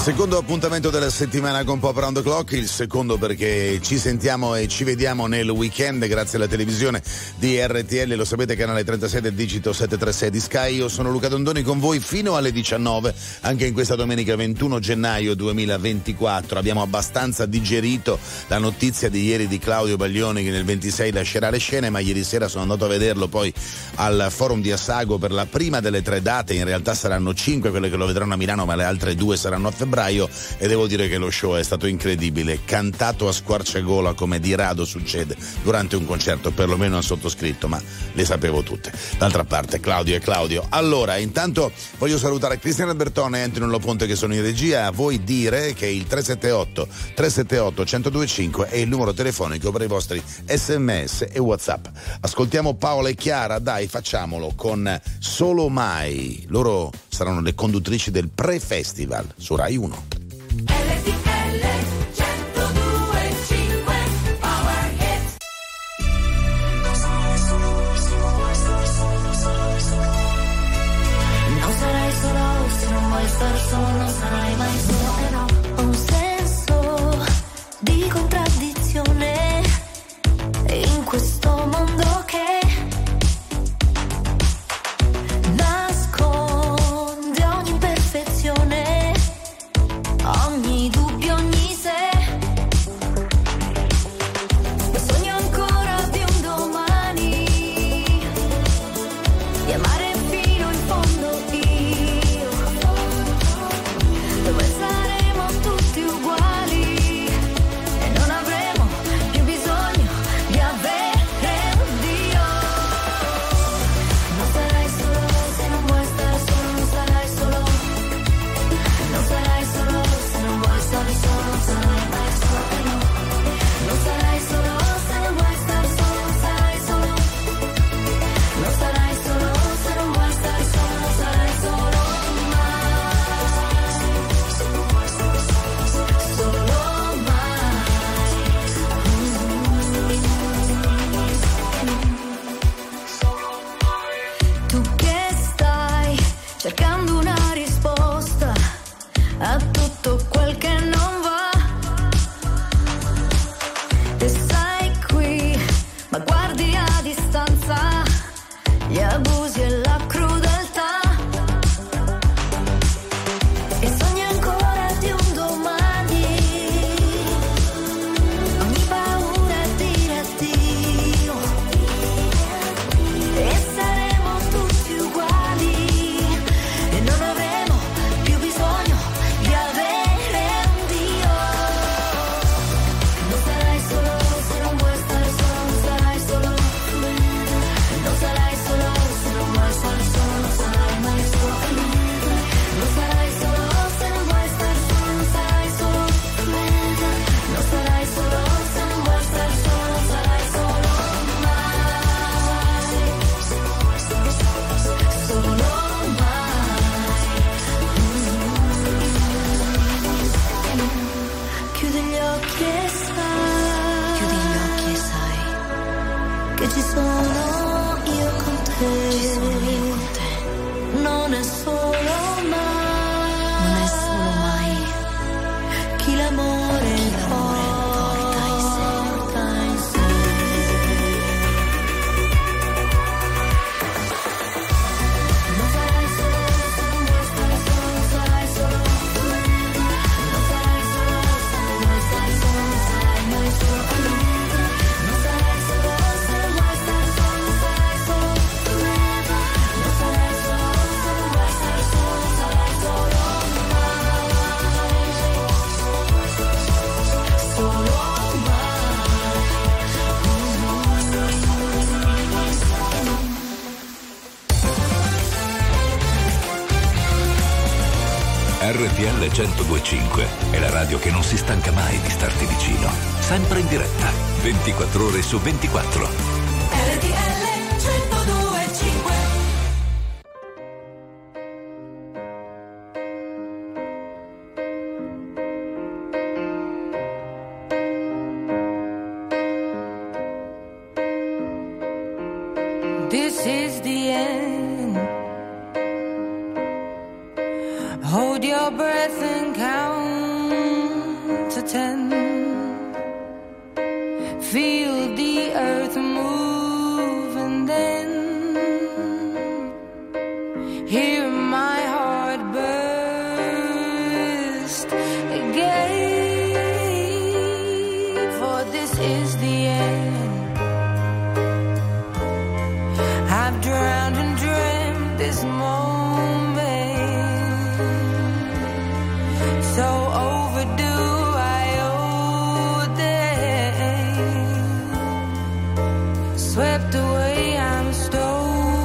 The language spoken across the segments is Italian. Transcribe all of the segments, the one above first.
Secondo appuntamento della settimana con Pop Around the Clock, il secondo perché ci sentiamo e ci vediamo nel weekend grazie alla televisione di RTL, lo sapete, canale 36 del digito 736 di Sky. Io sono Luca Dondoni con voi fino alle 19, anche in questa domenica 21 gennaio 2024. Abbiamo abbastanza digerito la notizia di ieri di Claudio Baglioni che nel 26 lascerà le scene, ma ieri sera sono andato a vederlo poi al Forum di Assago per la prima delle 3 date. In realtà saranno 5 quelle che lo vedranno a Milano, ma le altre 2 saranno a febbraio, e devo dire che lo show è stato incredibile, cantato a squarciagola come di rado succede durante un concerto, perlomeno al sottoscritto, ma le sapevo tutte. D'altra parte Claudio è Claudio. Allora, intanto voglio salutare Cristiano Albertone e Antonio Loponte che sono in regia. A voi dire che il 378-378-1025 è il numero telefonico per i vostri SMS e WhatsApp. Ascoltiamo Paola e Chiara, dai, facciamolo con Solo Mai. Loro saranno le conduttrici del pre-festival su Rai 1. Non sarai solo se non vuoi star solo, non sarai mai solo, no. Ho un senso di contraddizione in questo mondo che nasconde ogni imperfezione, ogni dubbio, ogni se. Ma sogno ancora di un domani, di amare fino in fondo io, dove saremo tutti uguali e non avremo più bisogno di avere un Dio. Non sarai solo se non vuoi stare solo, non sarai solo. Non sarai solo se non vuoi stare solo, non sarai mai solo, no. Non sarai solo se non vuoi stare solo, non sarai solo. Non sarai solo se non vuoi stare solo, non sarai solo mai. Solo mai. Tu che stai cercando una risposta a tutto quel che non va, e sei qui ma guardi a distanza gli abusi e la crudeltà, e sogni ancora di un domani, ogni paura è dire addio, e saremo tutti uguali e non avremo più bisogno di avere un Dio. Non sarai solo se non vuoi stare solo, non sarai solo. Non sarai solo se non vuoi stare solo, non sarai mai solo. Non sarai solo se non vuoi stare solo, non sarai solo. Non sarai solo se non vuoi stare solo, non sarai solo mai. Solo mai. Chiudi gli occhi e sai. Chiudi gli occhi e sai che ci sono io con te. Ci sono io con te. Non è solo mai. Non è solo mai. Chi l'amore porta in sé. Non sarai solo se non vuoi stare solo, non sarai solo. Non sarai solo se non vuoi stare solo, non sarai mai solo. Non sarai solo se non vuoi stare solo, non sarai solo. Non sarai solo se non vuoi stare solo, non sarai solo mai. Solo RTL 102.5 è la radio che non si stanca mai di starti vicino, sempre in diretta, 24 ore su 24. RTL 102.5. This is the end. Hold your breath and count to 10. Feel the earth move and then hear my heart burst again. For this is the end. I've drowned and dreamt this moment, so overdue I owe them. Swept away, I'm stolen.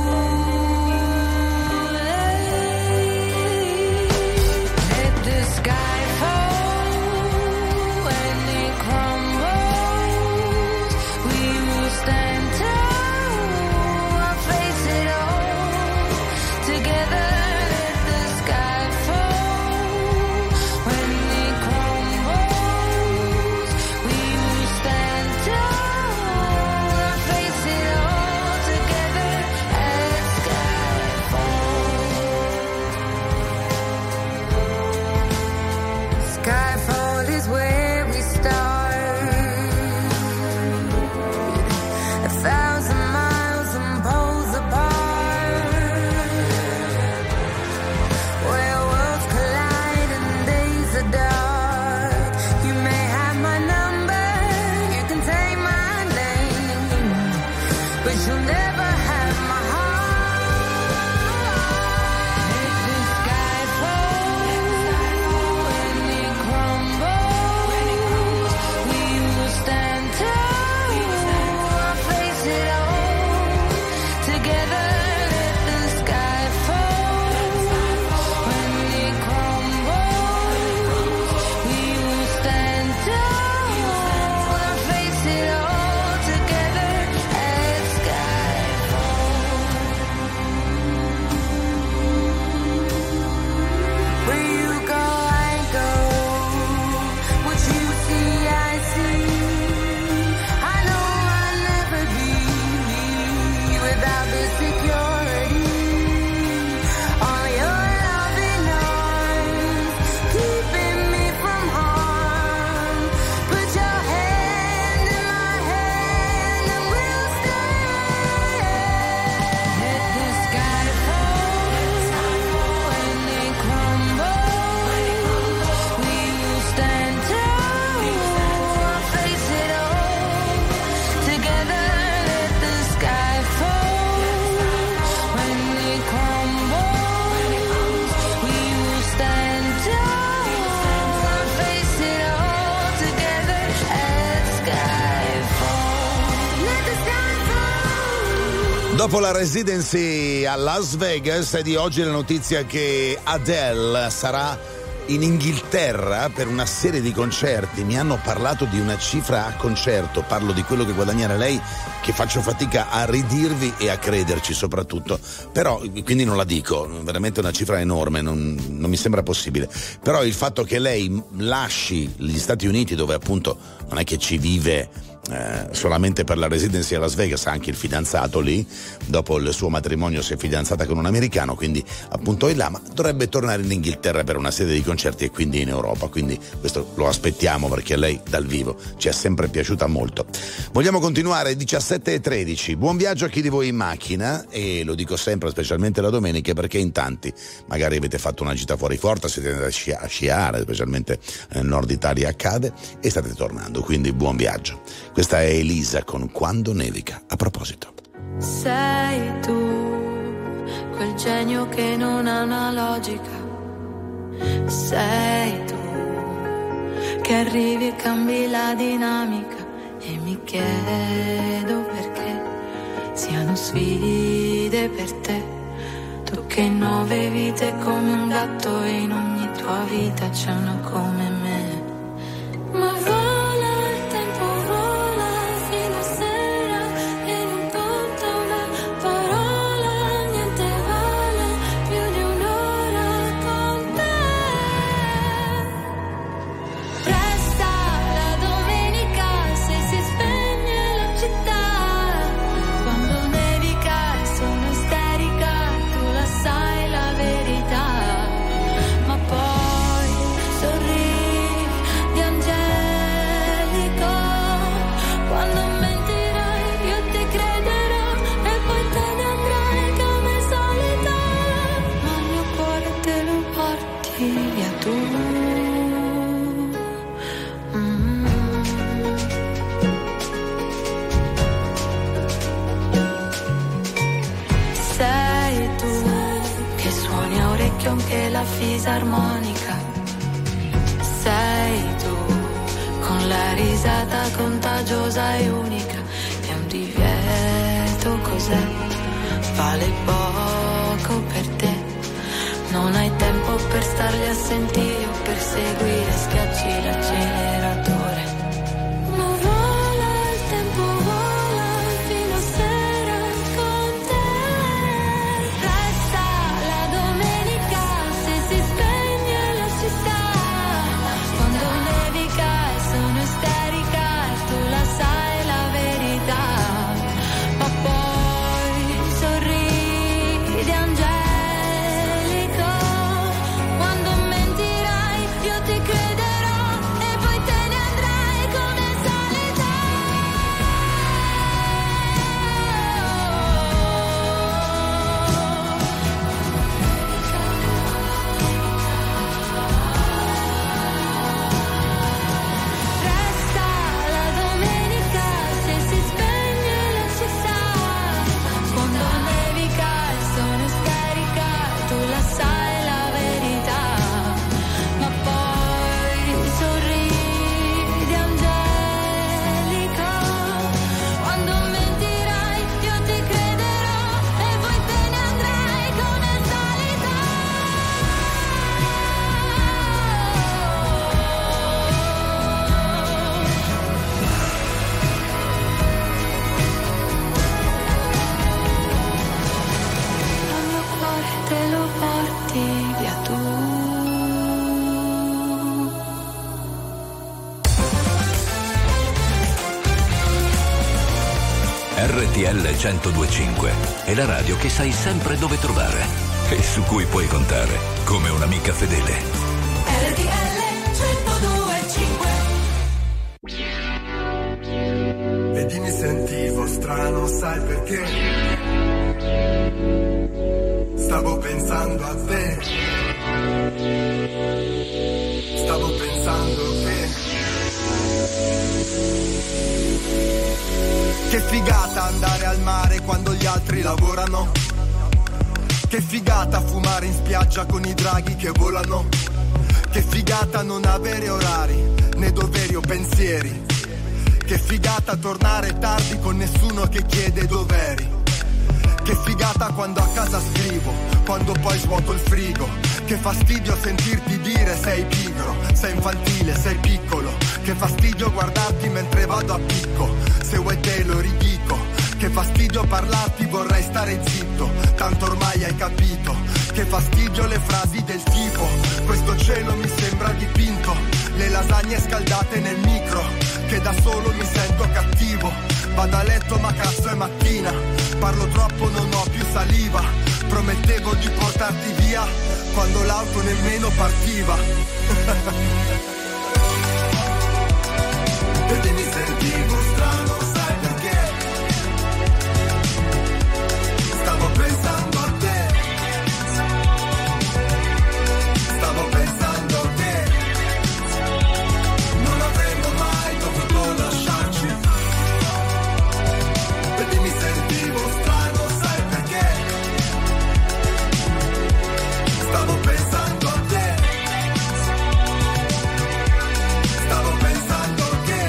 Let the sky fall when it crumbles. We will stand tall, I'll face it all together. Let the sky fall when it crumbles. We will stand tall, I'll face it all together as sky falls. Skyfall is where we start. 1,000 miles and poles apart, where worlds collide and days are dark. You may have my number, you can take my name, but you'll never have my heart. Let the sky fall when it crumbles. We will stand tall, I'll face it all together. Let the sky fall when it crumbles. We will stand tall, I'll face it all together as sky falls. Where you go, I go. What you see, I see. I know I'll never be without the security. All your loving arms keeping me from harm. Put your hand in my hand and we'll stand. Let the sky fall when it crumbles. We will stand tall, I'll face it all together. Let the sky fall when it crumbles. We will stand tall, I'll face it all together as sky falls. Let the sky fall. Dopo la residency a Las Vegas è di oggi la notizia che Adele sarà in Inghilterra per una serie di concerti. Mi hanno parlato di una cifra a concerto, parlo di quello che guadagnerà lei, che faccio fatica a ridirvi e a crederci soprattutto, però quindi non la dico, veramente una cifra enorme, non mi sembra possibile. Però il fatto che lei lasci gli Stati Uniti, dove appunto non è che ci vive solamente per la residency a Las Vegas, ha anche il fidanzato lì, dopo il suo matrimonio si è fidanzata con un americano, quindi appunto è là, ma dovrebbe tornare in Inghilterra per una serie di concerti e quindi in Europa, quindi questo lo aspettiamo perché a lei dal vivo ci è sempre piaciuta molto. Vogliamo continuare, 17:13, buon viaggio a chi di voi in macchina, e lo dico sempre, specialmente la domenica, perché in tanti magari avete fatto una gita fuori porta, siete andati a sciare, specialmente nel nord Italia accade, e state tornando, quindi buon viaggio. Questa è Elisa con Quando nevica. A proposito, Sei tu, quel genio che non ha una logica. Sei tu, che arrivi e cambi la dinamica. E mi chiedo perché siano sfide per te. Tu che in 9 vite come un gatto, e in ogni tua vita c'è una come me. Ma vola il tempo, vola fino a sera, e non conta una parola, niente vale più di un'ora con te. Resta la domenica se si spegne la città. Quando nevica sono isterica, tu la sai la verità. Ma fisarmonica. Sei tu, con la risata contagiosa e unica. È un divieto, cos'è? Vale poco per te. Non hai tempo per starli a sentire o per seguire, schiacci l'acceleratore. Ma vola il tempo, vola fino a sera con te. Resta la domenica se si spegne la città. Quando nevica e sono isterica e tu la sai la verità. Ma poi sorridi angelico. Quando mentirai io ti crederò e poi te ne andrai come al solito. Resta la domenica se si spegne la città. Quando nevica e sono isterica tu la sai la verità. Ma poi sorridi angelico. Quando mentirai io ti crederò e poi te ne andrai come al solito. Al mio cuore te lo porti via tu. RTL 102.5 è la radio che sai sempre dove trovare e su cui puoi contare come un'amica fedele. RTL 102.5. Vedi mi sentivo strano, sai perché? Stavo pensando a te. Stavo pensando che figata andare al mare quando gli altri lavorano. Che figata fumare in spiaggia con i draghi che volano. Che figata non avere orari, né doveri o pensieri. Che figata tornare tardi con nessuno che chiede dov'eri. Che figata quando a casa scrivo, quando poi svuoto il frigo. Che fastidio sentirti dire sei pigro, sei infantile, sei piccolo. Che fastidio guardarti mentre vado a picco, se vuoi te lo ridico. Che fastidio parlarti, vorrei stare zitto, tanto ormai hai capito. Che fastidio le frasi del tipo, questo cielo mi sembra dipinto. Le lasagne scaldate nel micro, che da solo mi sento cattivo. Vado a letto ma cazzo è mattina, parlo troppo non ho più saliva. Promettevo di portarti via, quando l'auto nemmeno partiva. Vedi mi sentivo strano, sai perché? Stavo pensando a te. Stavo pensando che non avremmo mai dovuto lasciarci. Vedi mi sentivo strano, sai perché? Stavo pensando a te. Stavo pensando che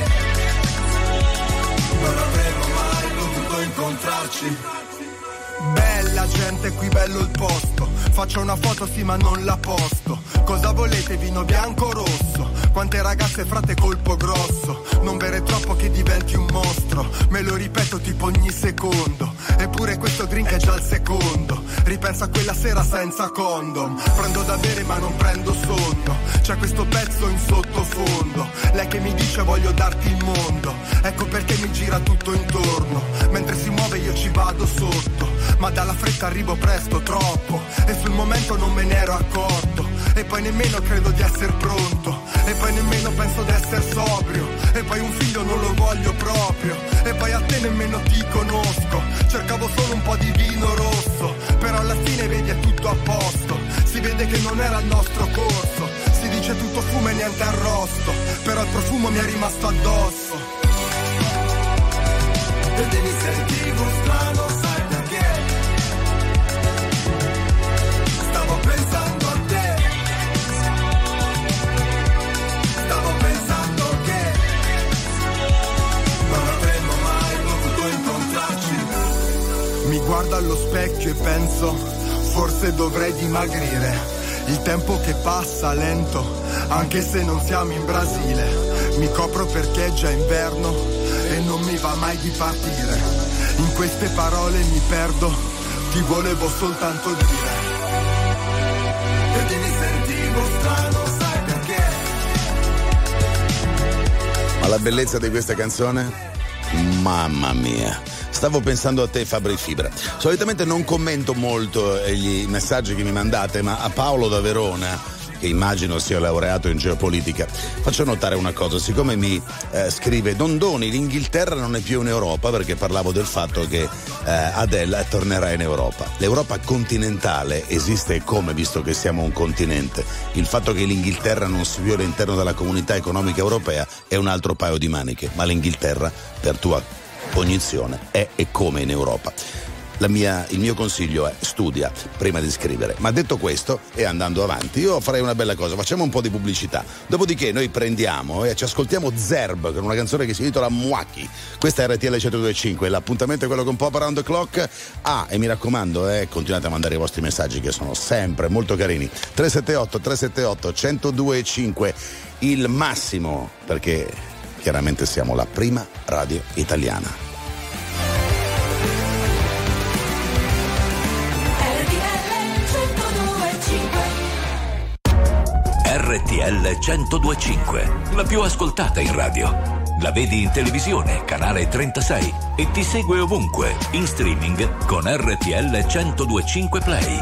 non avremmo mai dovuto incontrarci. Bella gente qui, bello il posto. Faccio una foto sì ma non la posto. Cosa volete, vino bianco o rosso? Quante ragazze frate colpo grosso. Non bere troppo che diventi un mostro. Me lo ripeto tipo ogni secondo. Eppure questo drink è già il secondo. Ripenso a quella sera senza condom. Prendo da bere ma non prendo sonno. C'è questo pezzo in sottofondo. Lei che mi dice voglio darti il mondo. Ecco perché mi gira tutto intorno. Mentre si muove io ci vado sotto. Ma dalla fretta arrivo presto, troppo. E sul momento non me ne ero accorto. E poi nemmeno credo di essere pronto. E poi nemmeno penso di essere sobrio. E poi un figlio non lo voglio proprio. E poi a te nemmeno ti conosco. Cercavo solo un po' di vino rosso. Però alla fine vedi è tutto a posto. Si vede che non era il nostro corso. Si dice tutto fumo e niente arrosto. Però il profumo mi è rimasto addosso. Vedi mi sentivo strano, sai perché? Stavo pensando a te. guardo allo specchio e penso, forse dovrei dimagrire. Il tempo che passa lento, anche se non siamo in Brasile. Mi copro perché è già inverno e non mi va mai di partire. In queste parole mi perdo, ti volevo soltanto dire. Perché mi sentivo strano, sai perché? Ma la bellezza di questa canzone? Mamma mia. Stavo pensando a te, Fabri Fibra. Solitamente non commento molto i messaggi che mi mandate, ma a Paolo da Verona, che immagino sia laureato in geopolitica, faccio notare una cosa. Siccome mi scrive Dondoni, l'Inghilterra non è più in Europa, perché parlavo del fatto che Adele tornerà in Europa. L'Europa continentale esiste come, visto che siamo un continente. Il fatto che l'Inghilterra non sia più all'interno della comunità economica europea è un altro paio di maniche, ma l'Inghilterra, per tua cognizione, è e come in Europa. Il mio consiglio è studia prima di scrivere. Ma detto questo, e andando avanti, io farei una bella cosa, facciamo un po' di pubblicità, dopodiché noi prendiamo e ci ascoltiamo Zerb con una canzone che si intitola Muaki. Questa è RTL 102.5, l'appuntamento è quello con Pop Around the Clock. E mi raccomando, continuate a mandare i vostri messaggi, che sono sempre molto carini. 378 102.5, il massimo, perché chiaramente siamo la prima radio italiana. RTL 102.5, la più ascoltata in radio. La vedi in televisione, canale 36, e ti segue ovunque, in streaming con RTL 102.5 Play.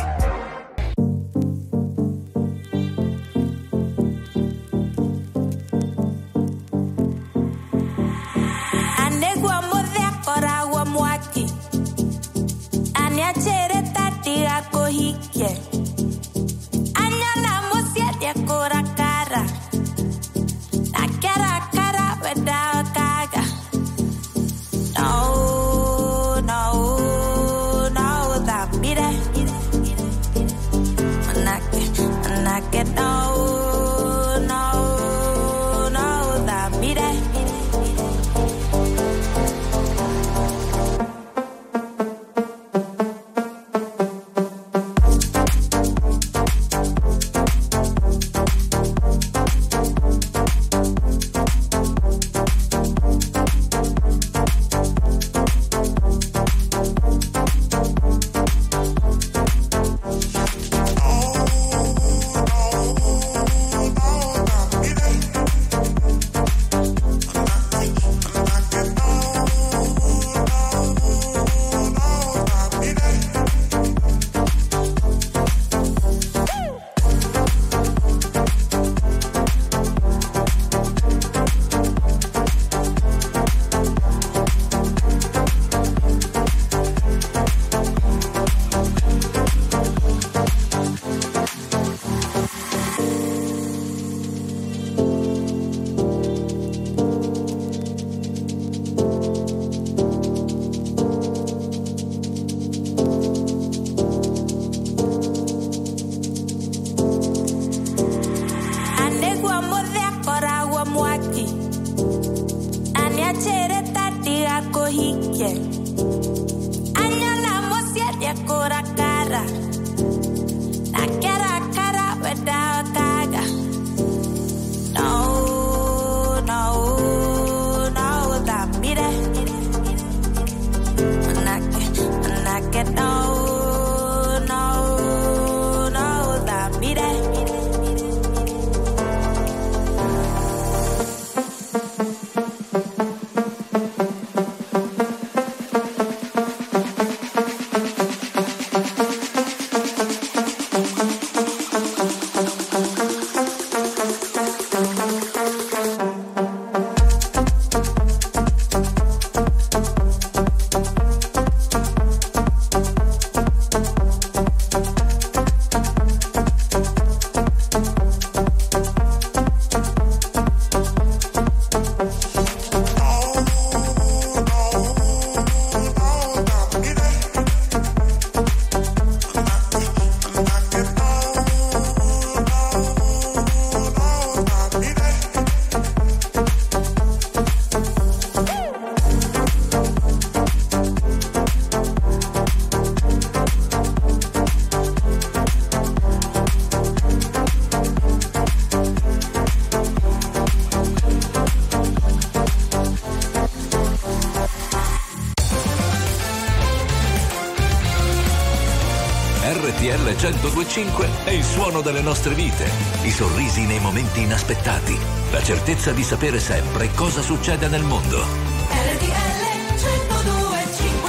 RTL 102.5 è il suono delle nostre vite, i sorrisi nei momenti inaspettati, la certezza di sapere sempre cosa succede nel mondo. RTL 102.5.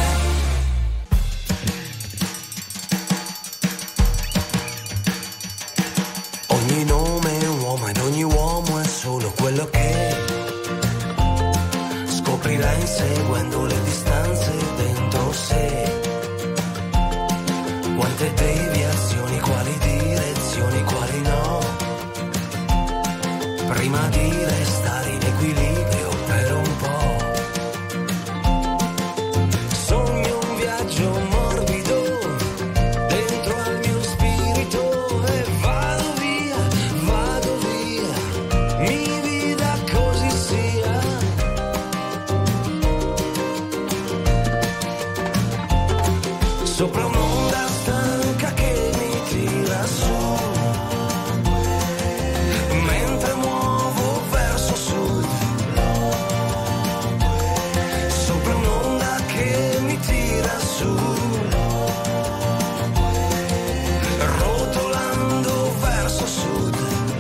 Ogni nome è un uomo ed ogni uomo è solo quello che scoprirà inseguendo le distanze dentro sé. Quante deviazioni, quali direzioni, quali no. Prima di restare in equilibrio per un po'. Sogno un viaggio morbido dentro al mio spirito e vado via, mi vida così sia. Sopra un'onda stanca che mi tira su, mentre muovo verso sud. Sopra un'onda che mi tira su, rotolando verso sud.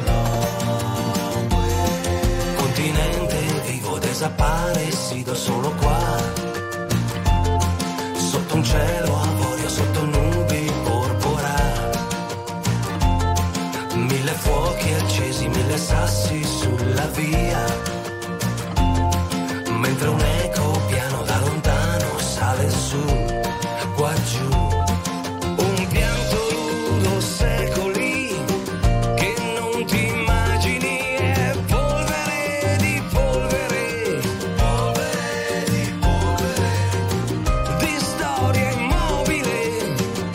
Continente vivo, desaparecido solo qua, sotto un cielo avorio, sotto nubi porpora. Mille fuochi accesi, mille sassi sulla via, mentre un eco piano da lontano sale su, qua giù. Un pianto nudo, secoli che non ti immagini, è polvere di polvere, polvere di polvere, di storia immobile.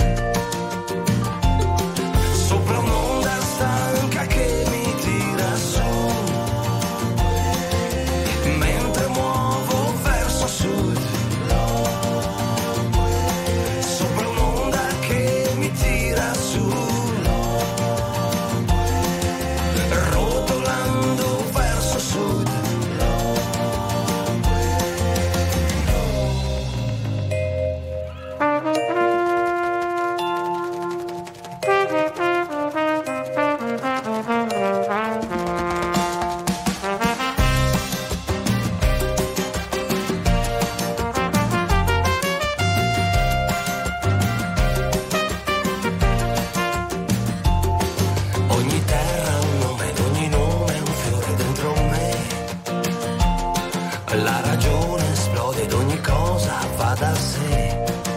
Sopra un'onda stanca che mi tira su, mentre muovo verso sud. Sopra un'onda che mi tira su, rotolando verso sud. Ogni terra ha un nome ed ogni nome è un fiore dentro me. La ragione esplode ed ogni cosa va da sé.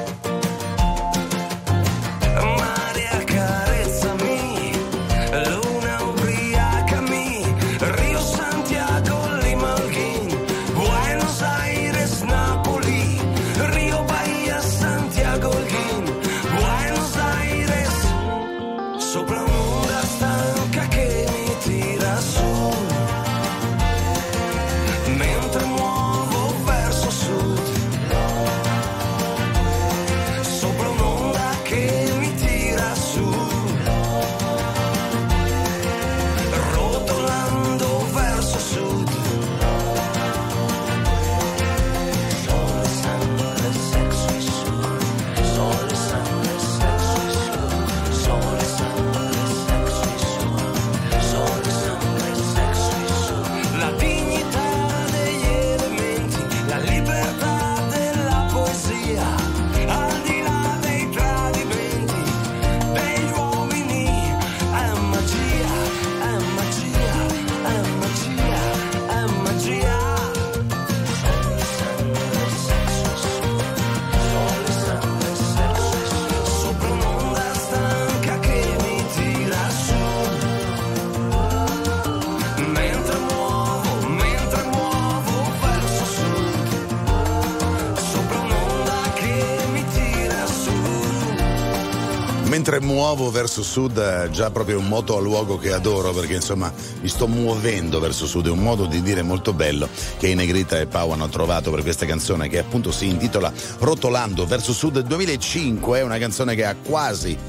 Mare accarezzami, luna ubriacami, Rio, Santiago, Lima, Holguín, Buenos Aires, Napoli, Rio, Bahia, Santiago, Holguín, Buenos Aires. Sopra un'onda stanca che mi tira su, mentre muovo verso sud. Sopra un'onda che mi tira su, rotolando verso sud. Sole, sangue, sexo e suo. Sole, sangue, sexo e suo. Sole, sangue, sexo e suo. Sole, sangue, sexo e suo. La dignità degli elementi, la libertà della poesia, al di là dei tradimenti degli uomini. È magia, è magia, è magia, è magia. Sole, sangue, sexo e suo. Sole, sangue, sexo e suo. Sopra un'onda stanca che mi tira su, mentre muovo verso sud. Sopra un'onda che mi tira su. Mentre muovo verso sud, già proprio un moto a luogo che adoro, perché insomma mi sto muovendo verso sud, è un modo di dire molto bello che i Negrita e Pau hanno trovato per questa canzone, che appunto si intitola Rotolando verso sud 2005. È una canzone che ha quasi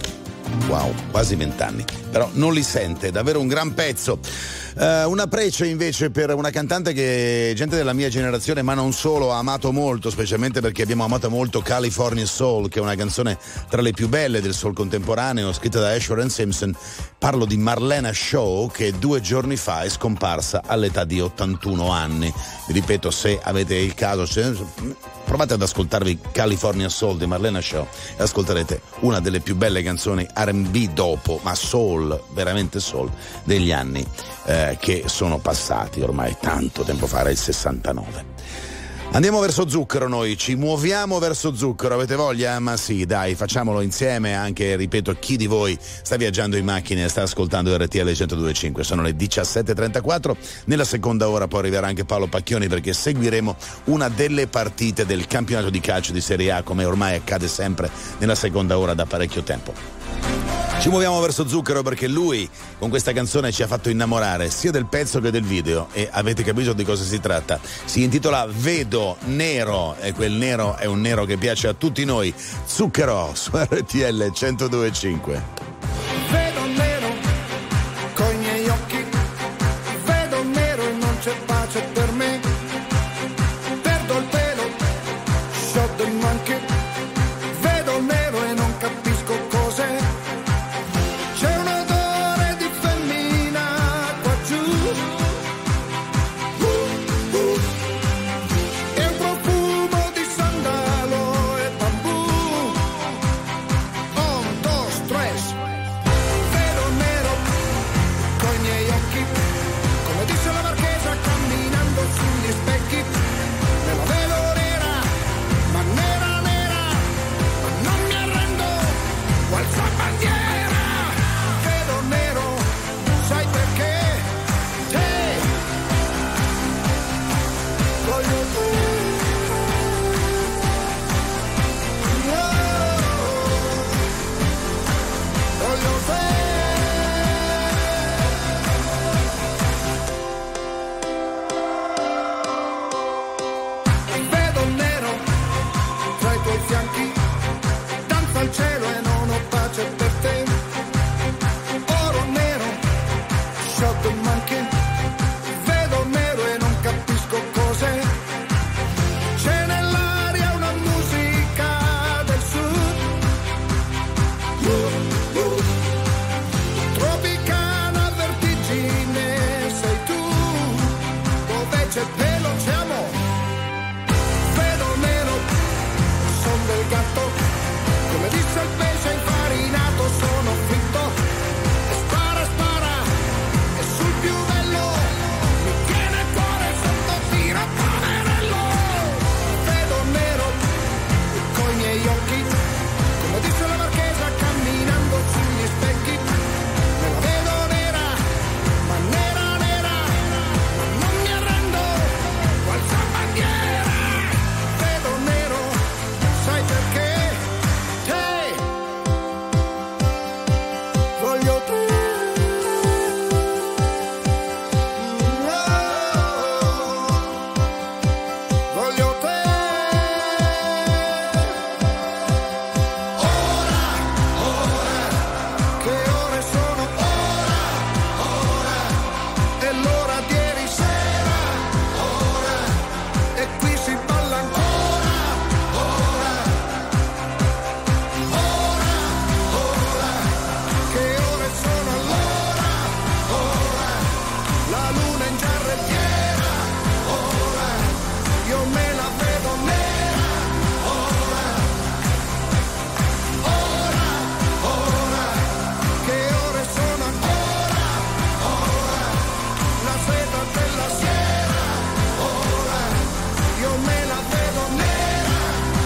Wow, quasi 20 anni. Però non li sente, davvero un gran pezzo. Una prece invece per una cantante che gente della mia generazione, ma non solo, ha amato molto, specialmente perché abbiamo amato molto California Soul, che è una canzone tra le più belle del soul contemporaneo, scritta da Asher Simpson. Parlo di Marlena Shaw, che 2 giorni fa è scomparsa all'età di 81 anni. Vi ripeto, se avete il caso, provate ad ascoltarvi California Soul di Marlena Shaw e ascolterete una delle più belle canzoni R&B dopo, ma soul, veramente soul, degli anni che sono passati ormai tanto tempo fa, era il 69. Andiamo verso Zucchero, noi ci muoviamo verso Zucchero, avete voglia? Ma sì, dai, facciamolo insieme, anche, ripeto, chi di voi sta viaggiando in macchina e sta ascoltando RTL 102.5, sono le 17.34, nella seconda ora poi arriverà anche Paolo Pacchioni, perché seguiremo una delle partite del campionato di calcio di Serie A, come ormai accade sempre nella seconda ora da parecchio tempo. Ci muoviamo verso Zucchero perché lui con questa canzone ci ha fatto innamorare sia del pezzo che del video, e avete capito di cosa si tratta. Si intitola Vedo Nero, e quel nero è un nero che piace a tutti noi. Zucchero su RTL 102.5. Vedo nero coi miei occhi, vedo nero e non c'è pace per me. Perdo il pelo, sciolto in manche, vedo nero e non capisco cos'è. C'è un odore di femmina qua giù, e un profumo di sandalo e bambù. 1, 2, 3. Vedo nero coi miei occhi, come dice la marchesa camminando sugli specchi. Me la vedo nera, ma nera nera, ma non mi arrendo, alzo bandiera. Vedo nero, sai perché? Te voglio te. Voglio te. Vedo nero tra i tuoi fianchi, danza al cielo e non ho pace per te. Oro nero, sciolto in manche, vedo nero e non capisco cos'è. C'è nell'aria una musica del sud, tropicana vertigine sei tu, dove c'è pelo c'è amore. Vedo nero, son del gatto, come disse il pesce infarinato, sono fritto. E spara, spara, e sul più bello, mi tiene il cuore sotto tiro, poverello. Vedo nero coi miei occhi, come disse la marchesa camminando sugli specchi. Me la vedo nera, ma nera nera, ma non mi arrendo, alza bandiera. Vedo nero, sai perché? Te voglio te. Voglio te. Ora, che ore sono? Ora, è l'ora di ieri sera. Ora, e qui si balla ancora. Ora, che ore sono allora? Ora, la luna in giarrettiera. Ora, io me la vedo nera. Ora, che ore sono ancora? Ora, la seta della sera. Ora, io me la vedo nera.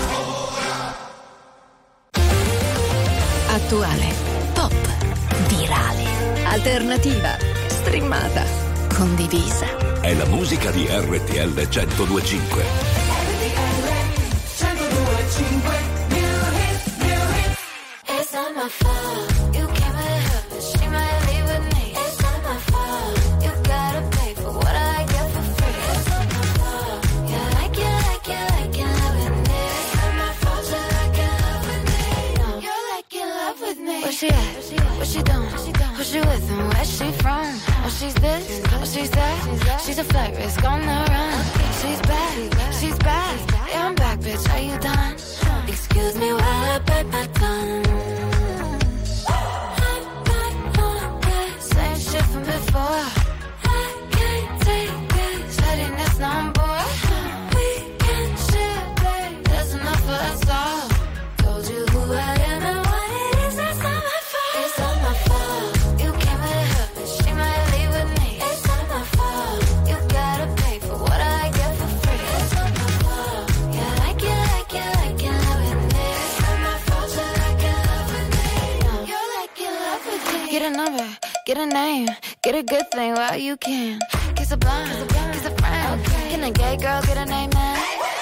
Attuale, pop, virale, alternativa, streamata, condivisa. È la musica di RTL 102.5. It's not my fault. You can't help it. She might leave with me. It's not my fault. You gotta pay for what I get for free. It's not my fault. You like it, like it, like it, love with me. It's not my fault. You like it, love with me. No, you're like in love with me. But she at? What she doing? Who she with and where she from? Oh, she's this, oh, she's that. She's a flight risk on the run. She's back, yeah, I'm back, bitch, are you done? Excuse me while I bite my tongue. Same shit from before. I can't take this pettiness no more. We can share, babe, there's enough for us all. Told you who I am and what it is, that's not my fault. It's not my fault. You came with her, but she might leave with me. It's not my fault. You gotta pay for what I get for free. It's not my fault. Yeah, like it, love with me. It's not my fault, you like it, love with me. You like it, love with me. Get a number, get a name, get a good thing while you can. Kiss a blind, kiss a friend. Can a gay girl get a name, man?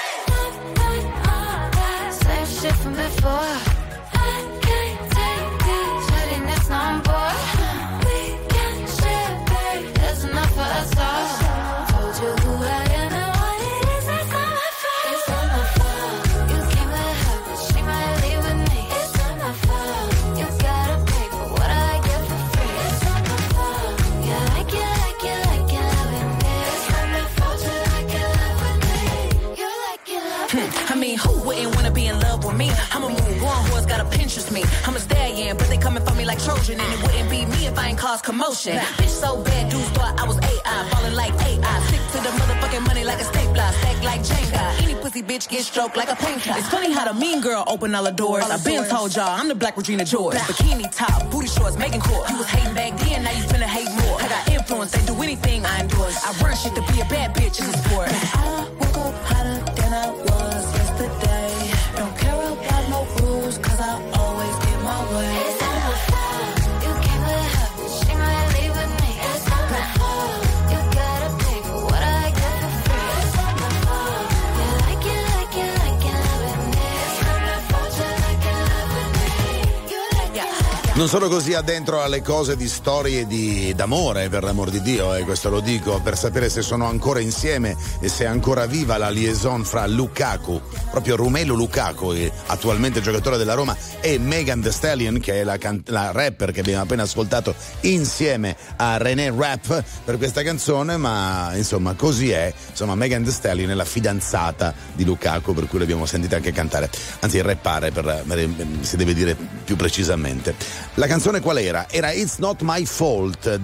Same shit from before. I can't take this pettiness no more. We can share, babe, there's enough for us all. Told you who I am and what it is, that's not my fault. It's not my fault. You came with her, but she might leave with me. It's not my fault. You gotta pay for what I get for free. It's not my fault. Yeah, like it, love with me. It's not my fault, you like it, love with me. You like it, love with me. I mean, who wouldn't wanna be in love with me? I'm a move on, who's gotta Pinterest me. I'm a stallion, but they coming for me like Trojan, and it wouldn't be me if I ain't cause commotion. Bitch so bad, dudes thought I was AI, falling like AI. Stick to the motherfucking money like a stapler, stack like Jenga. Any pussy bitch get stroked like a painter. It's funny how the mean girl open all the doors. I've been told y'all I'm the Black Regina George. Bikini top, booty shorts, making court. You was hating back then, now you finna hate more. I got influence, they do anything I endorse. I run shit to be a bad bitch in the sport. I woke up hotter than I was yesterday. Don't care about no rules, cause I always get my way. It's not my fault. You came with her, but she might leave with me. It's not my fault. You gotta pay for what I get for free. It's not my fault. You like it, love with me. It's not my fault. You like it, love with me. You like it, love with me. Non sono così addentro alle cose di storie d'amore, per l'amor di Dio, questo lo dico per sapere se sono ancora insieme e se è ancora viva la liaison fra Lukaku, proprio Romelu Lukaku, attualmente giocatore della Roma, e Megan Thee Stallion, che è la rapper che abbiamo appena ascoltato insieme a René Rapp per questa canzone, ma insomma così è. Insomma, Megan Thee Stallion è la fidanzata di Lukaku, per cui l'abbiamo sentita anche cantare, anzi rappare, si deve dire più precisamente. La canzone qual era? Era It's Not My Fault,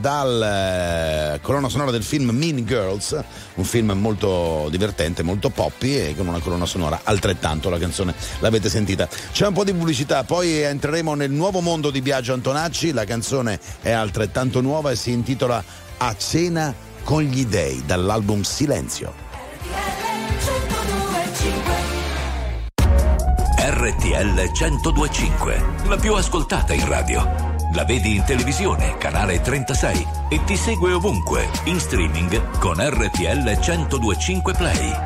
dal colonna sonora del film Mean Girls, un film molto divertente, molto poppy e con una colonna sonora altrettanto. La canzone l'avete sentita. C'è un po' di pubblicità, poi entreremo nel nuovo mondo di Biagio Antonacci. La canzone è altrettanto nuova e si intitola A cena con gli dei, dall'album Silenzio. RTL 102.5, la più ascoltata in radio. La vedi in televisione, canale 36, e ti segue ovunque, in streaming con RTL 102.5 Play.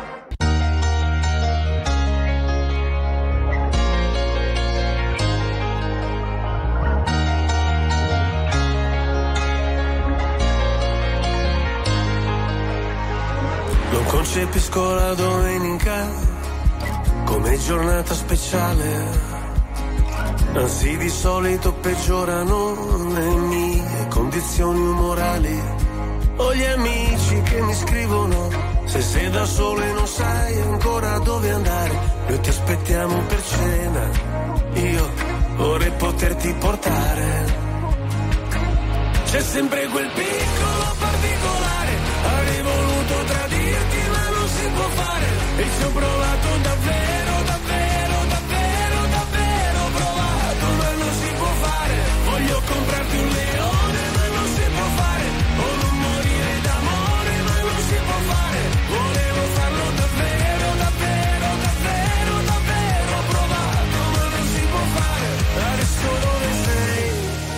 Non concepisco la domenica come giornata speciale, anzi di solito peggiorano le mie condizioni umorali. Ho gli amici che mi scrivono: se sei da solo e non sai ancora dove andare, noi ti aspettiamo per cena, io vorrei poterti portare. C'è sempre quel piccolo particolare, avrei voluto tradirti ma non si può fare, e ci ho provato davvero, davvero, davvero, davvero provato, ma non si può fare. Voglio comprarti un leone ma non si può fare, o non morire d'amore ma non si può fare. Volevo farlo davvero, davvero, davvero, davvero provato, ma non si può fare. Adesso dove sei?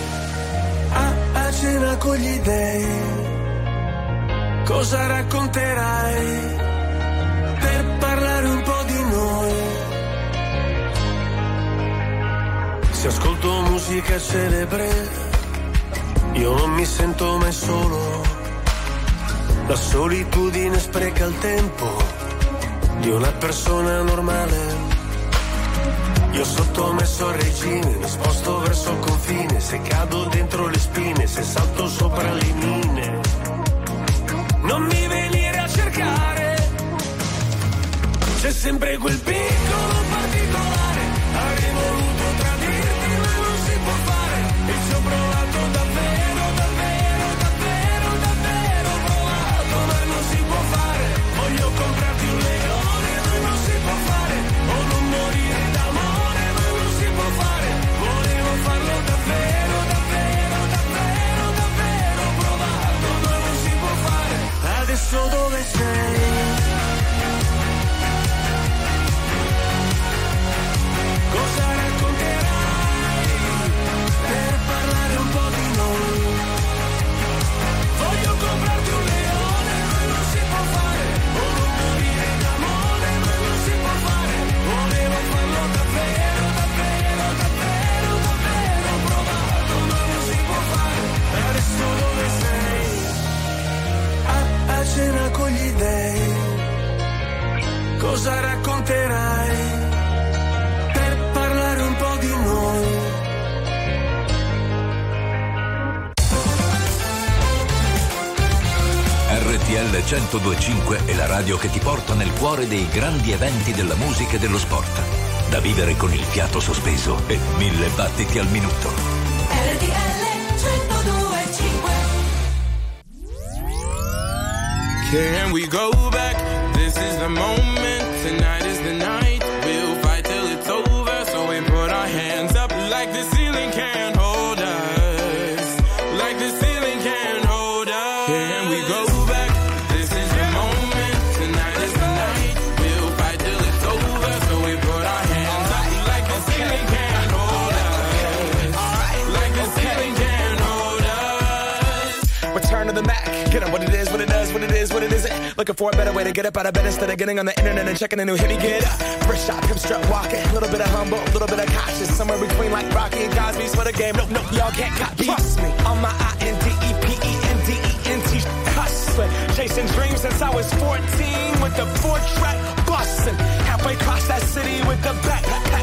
A cena con gli dei, cosa racconterai per parlare un po' di noi? Se ascolto musica celebre, io non mi sento mai solo. La solitudine spreca il tempo di una persona normale. Io sottomesso verso Regine, mi sposto verso il confine, se cado dentro le spine, se salto sopra le mine. Non mi venire a cercare, c'è sempre quel piccolo particolare. Avrei voluto tradirti ma non si può fare, e ci ho provato davvero, davvero, davvero, davvero provato, ma non si può fare. Voglio comprarti un leone ma non si può fare, o non morire d'amore ma non si può fare. Volevo farlo davvero, davvero, davvero, davvero provato, ma non si può fare. Adesso dove sei? Cosa racconterai per parlare un po' di noi? Voglio comprarti un leone ma non si può fare, o non morire d'amore ma non si può fare. Volevo farlo davvero, davvero, davvero, davvero provato, ma non si può fare. Adesso dove sei? A cena con gli dèi. Cosa racconterai per parlare un po' di noi? RTL 102.5 è la radio che ti porta nel cuore dei grandi eventi della musica e dello sport. Da vivere con il fiato sospeso e 1000 battiti al minuto. RTL 102.5. Can we go back? This is the moment. Tonight is the night. We'll fight till it's over. So we put our hands up like the ceiling can't hold us. Like the ceiling can't hold us. Can we go back? This is the moment. Tonight is the night. We'll fight till it's over. So we put our hands up like the ceiling can't hold us. Like the ceiling can't hold us. Return to the Mac. Get up what it is, what it does, what it is, what it isn't. Looking for a better way to get up out of bed instead of getting on the internet and checking a new hit. Me get up, first shot, hip strut walking. A little bit of humble, a little bit of cautious. Somewhere between like Rocky and Cosby's for the game. Nope, nope, y'all can't copy. Trust me, on my INDEPENDENT hustling. Chasing dreams since I was 14 with the 4-track bustin'. Halfway across that city with the back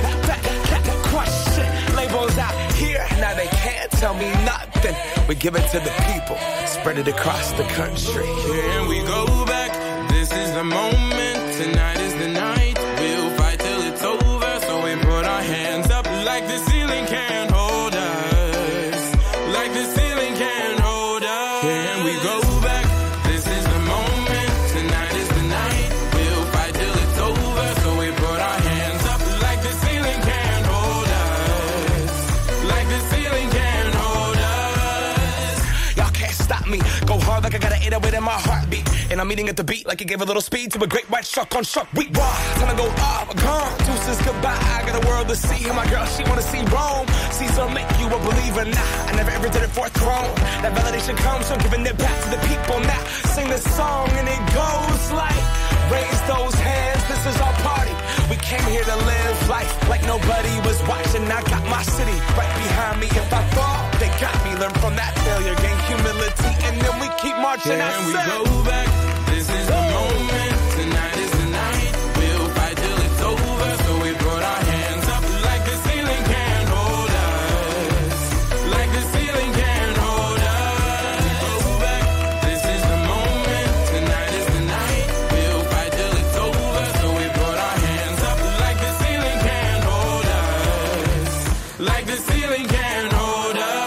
question. Labels out here, now they can't tell me nothing. We give it to the people, spread it across the country. Can we go back? This is the moment. Tonight is the night. We'll fight till it's over. So we put our hands up like the ceiling can't hold us. Like the ceiling can't hold us. Can we go back? This is the moment. Tonight is the night. We'll fight till it's over. So we put our hands up like the ceiling can't hold us. Like the ceiling can't hold us. Y'all can't stop me. Go hard like I got an 808 in my heartbeat. And I'm eating at the beat like it gave a little speed to a great white shark on Shark Week. Raw, time to go off, gone. Deuces goodbye, I got a world to see. And my girl, she wanna see Rome. Caesar make you a believer. Nah, I never ever did it for a throne. That validation comes from giving it back to the people. Now, sing this song and it goes like, raise those hands, this is our party. We came here to live life like nobody was watching. I got my city right behind me. If I fall, they got me. Learn from that failure, gain humility, and then we keep marching. Can we go back? This is the moment. Tonight is the night. We'll fight till it's over. So we put our hands up like the ceiling can't hold us. Like the ceiling can't hold us. Go back. This is the moment. Tonight is the night. We'll fight till it's over. So we put our hands up like the ceiling can't hold us. Like the ceiling can't hold us.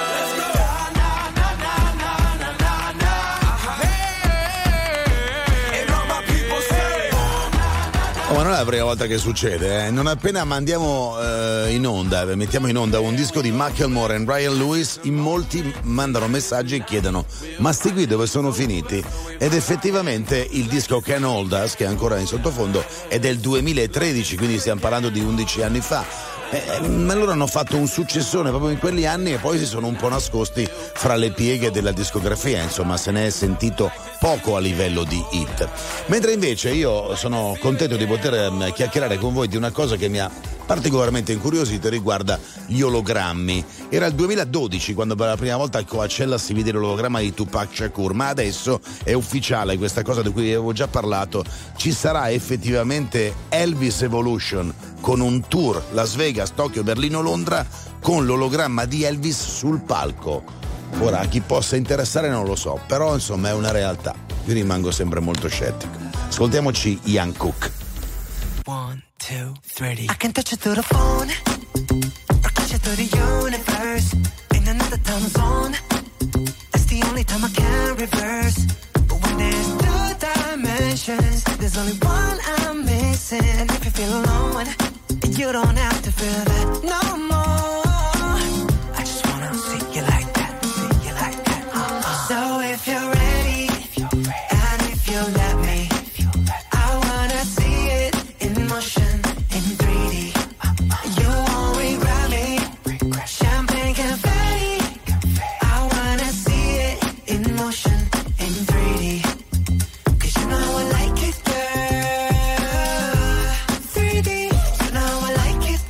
Ma non è la prima volta che succede, eh? Non appena mandiamo in onda, mettiamo in onda un disco di Macklemore e Brian Lewis, in molti mandano messaggi e chiedono: ma sti qui dove sono finiti? Ed effettivamente il disco Can't Hold Us, che è ancora in sottofondo, è del 2013, quindi stiamo parlando di 11 anni fa. Ma loro hanno fatto un successone proprio in quegli anni e poi si sono un po' nascosti fra le pieghe della discografia, insomma se ne è sentito poco a livello di hit. Mentre invece io sono contento di poter chiacchierare con voi di una cosa che mi ha particolarmente incuriosito riguarda gli ologrammi. Era il 2012 quando per la prima volta al Coachella si vide l'ologramma di Tupac Shakur, ma adesso è ufficiale questa cosa di cui vi avevo già parlato. Ci sarà effettivamente Elvis Evolution con un tour Las Vegas, Tokyo, Berlino, Londra con l'ologramma di Elvis sul palco. Ora, a chi possa interessare non lo so, però insomma è una realtà. Io rimango sempre molto scettico. Ascoltiamoci Ian Cook. 1, 2, 3. I can touch you through the phone, or catch you through the universe. In another time zone, that's the only time I can reverse. But when there's two dimensions, there's only one I'm missing. And if you feel alone, you don't have to feel that no more. I just wanna see you like that, see you like that. So if you're ready, and if you let me, I wanna see it in motion, in 3D. You won't regret me. Champagne confetti. I wanna see it in motion, in 3D. 'Cause you know I like it, girl. 3D. You know I like it,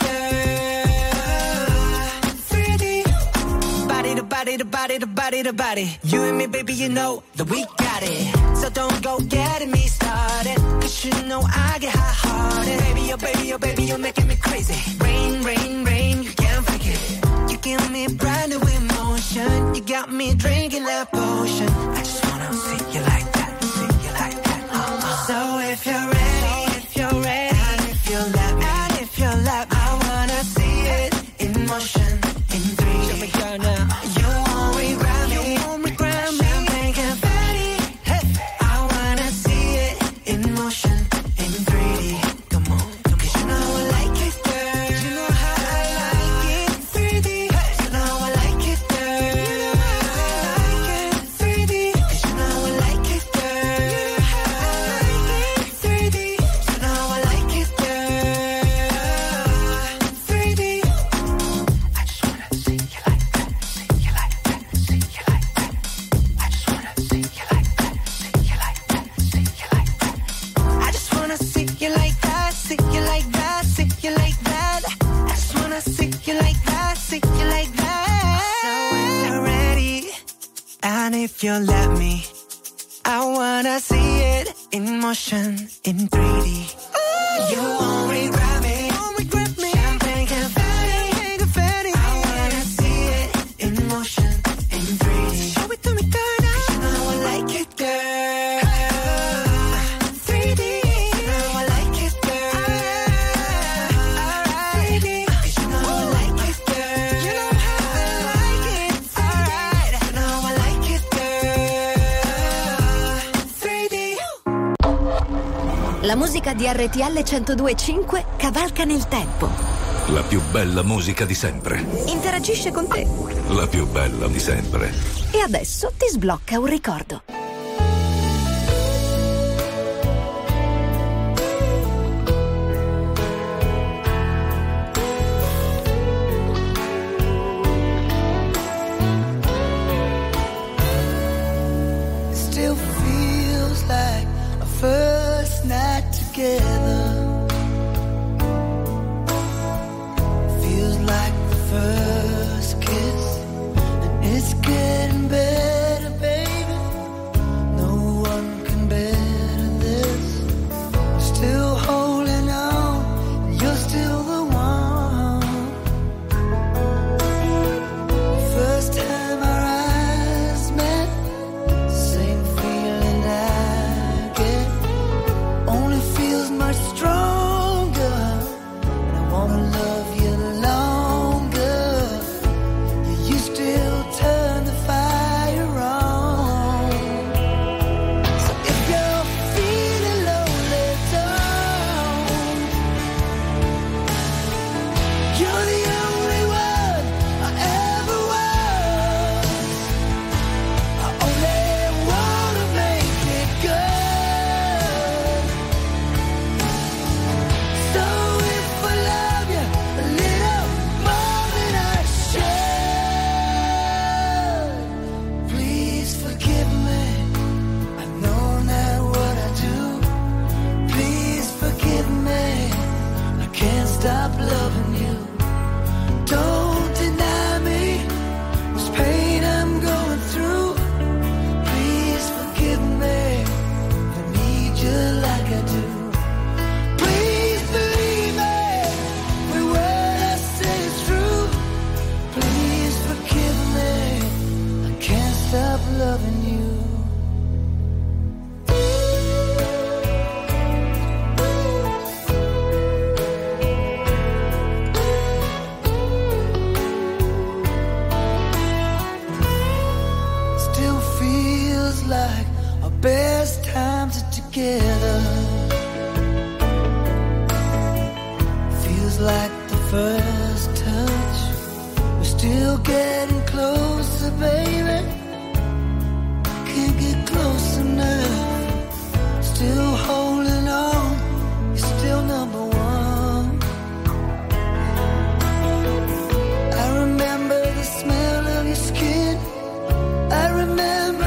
girl. 3D. Body to body to body to body to body. You and me, baby, you know that we got it. So don't go getting me started, 'cause you know I get hot-hearted. Baby, oh baby, oh baby, you're making me crazy. Rain, rain, rain, you can't fake it. You give me brand new emotion. You got me drinking that potion. I just wanna see you like that, see you like that. So if you're ready, if you're ready, and if you let me, and if you let me, I wanna see it in motion, in 3D. Show me girl now. You won't regret me. You won't regret me. Champagne confetti. Hey. I wanna see it in motion, in 3D. Come on, 'cause you know I like it, girl. You know how I like it, 3D. Hey. You know I like it, girl. You know how I like it, 3D. 'Cause you know I like it, girl. You know how I like it, 3D. You know I like it, girl. 3D. I just wanna see you like that, see you like that, see you like that. I just wanna see you like that, see you like that, see you like that. I just wanna see you like that, see you like that, see you like that. I just wanna see you like that, see you like that. So if you're ready, and if you let me, I wanna see it in motion, in 3D. You won't regret me, won't regret me. Champagne confetti, confetti. I wanna see it in motion, in 3D. Show it to me, girl, now. 'Cause you know I like it, girl. 3D. You know I like it, girl. Alright. 3D. 'Cause you know I like it, girl. You know how I like it. Alright. You know I like it, girl. 3D. La musica di RTL 102.5 cavalca nel tempo. La più bella musica di sempre. Interagisce con te. La più bella di sempre. E adesso ti sblocca un ricordo. It still feels like our first night together. Feels like the first kiss, and it's getting better, baby. stop loving you. Don't deny me this pain I'm going through. Please forgive me. I need you like I do. Please believe me. Every word I say is true. Please forgive me. I can't stop loving you. Like our best times are together. Feels like the first touch. We're still getting closer, baby. Can't get close enough. Still holding on. You're still number one. I remember the smell of your skin. I remember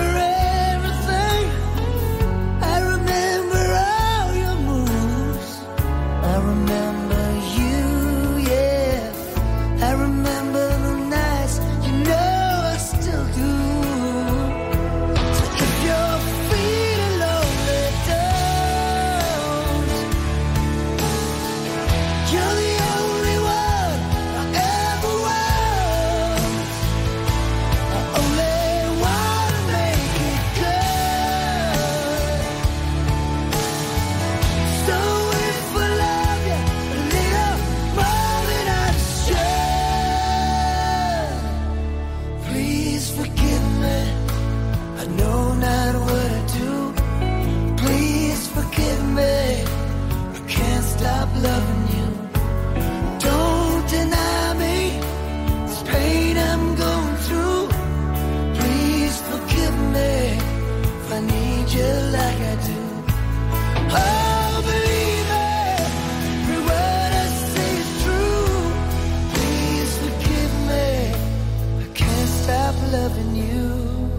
loving you. Don't deny me this pain I'm going through. Please forgive me if I need you like I do. Oh, believe me, every word I say is true. Please forgive me, I can't stop loving you.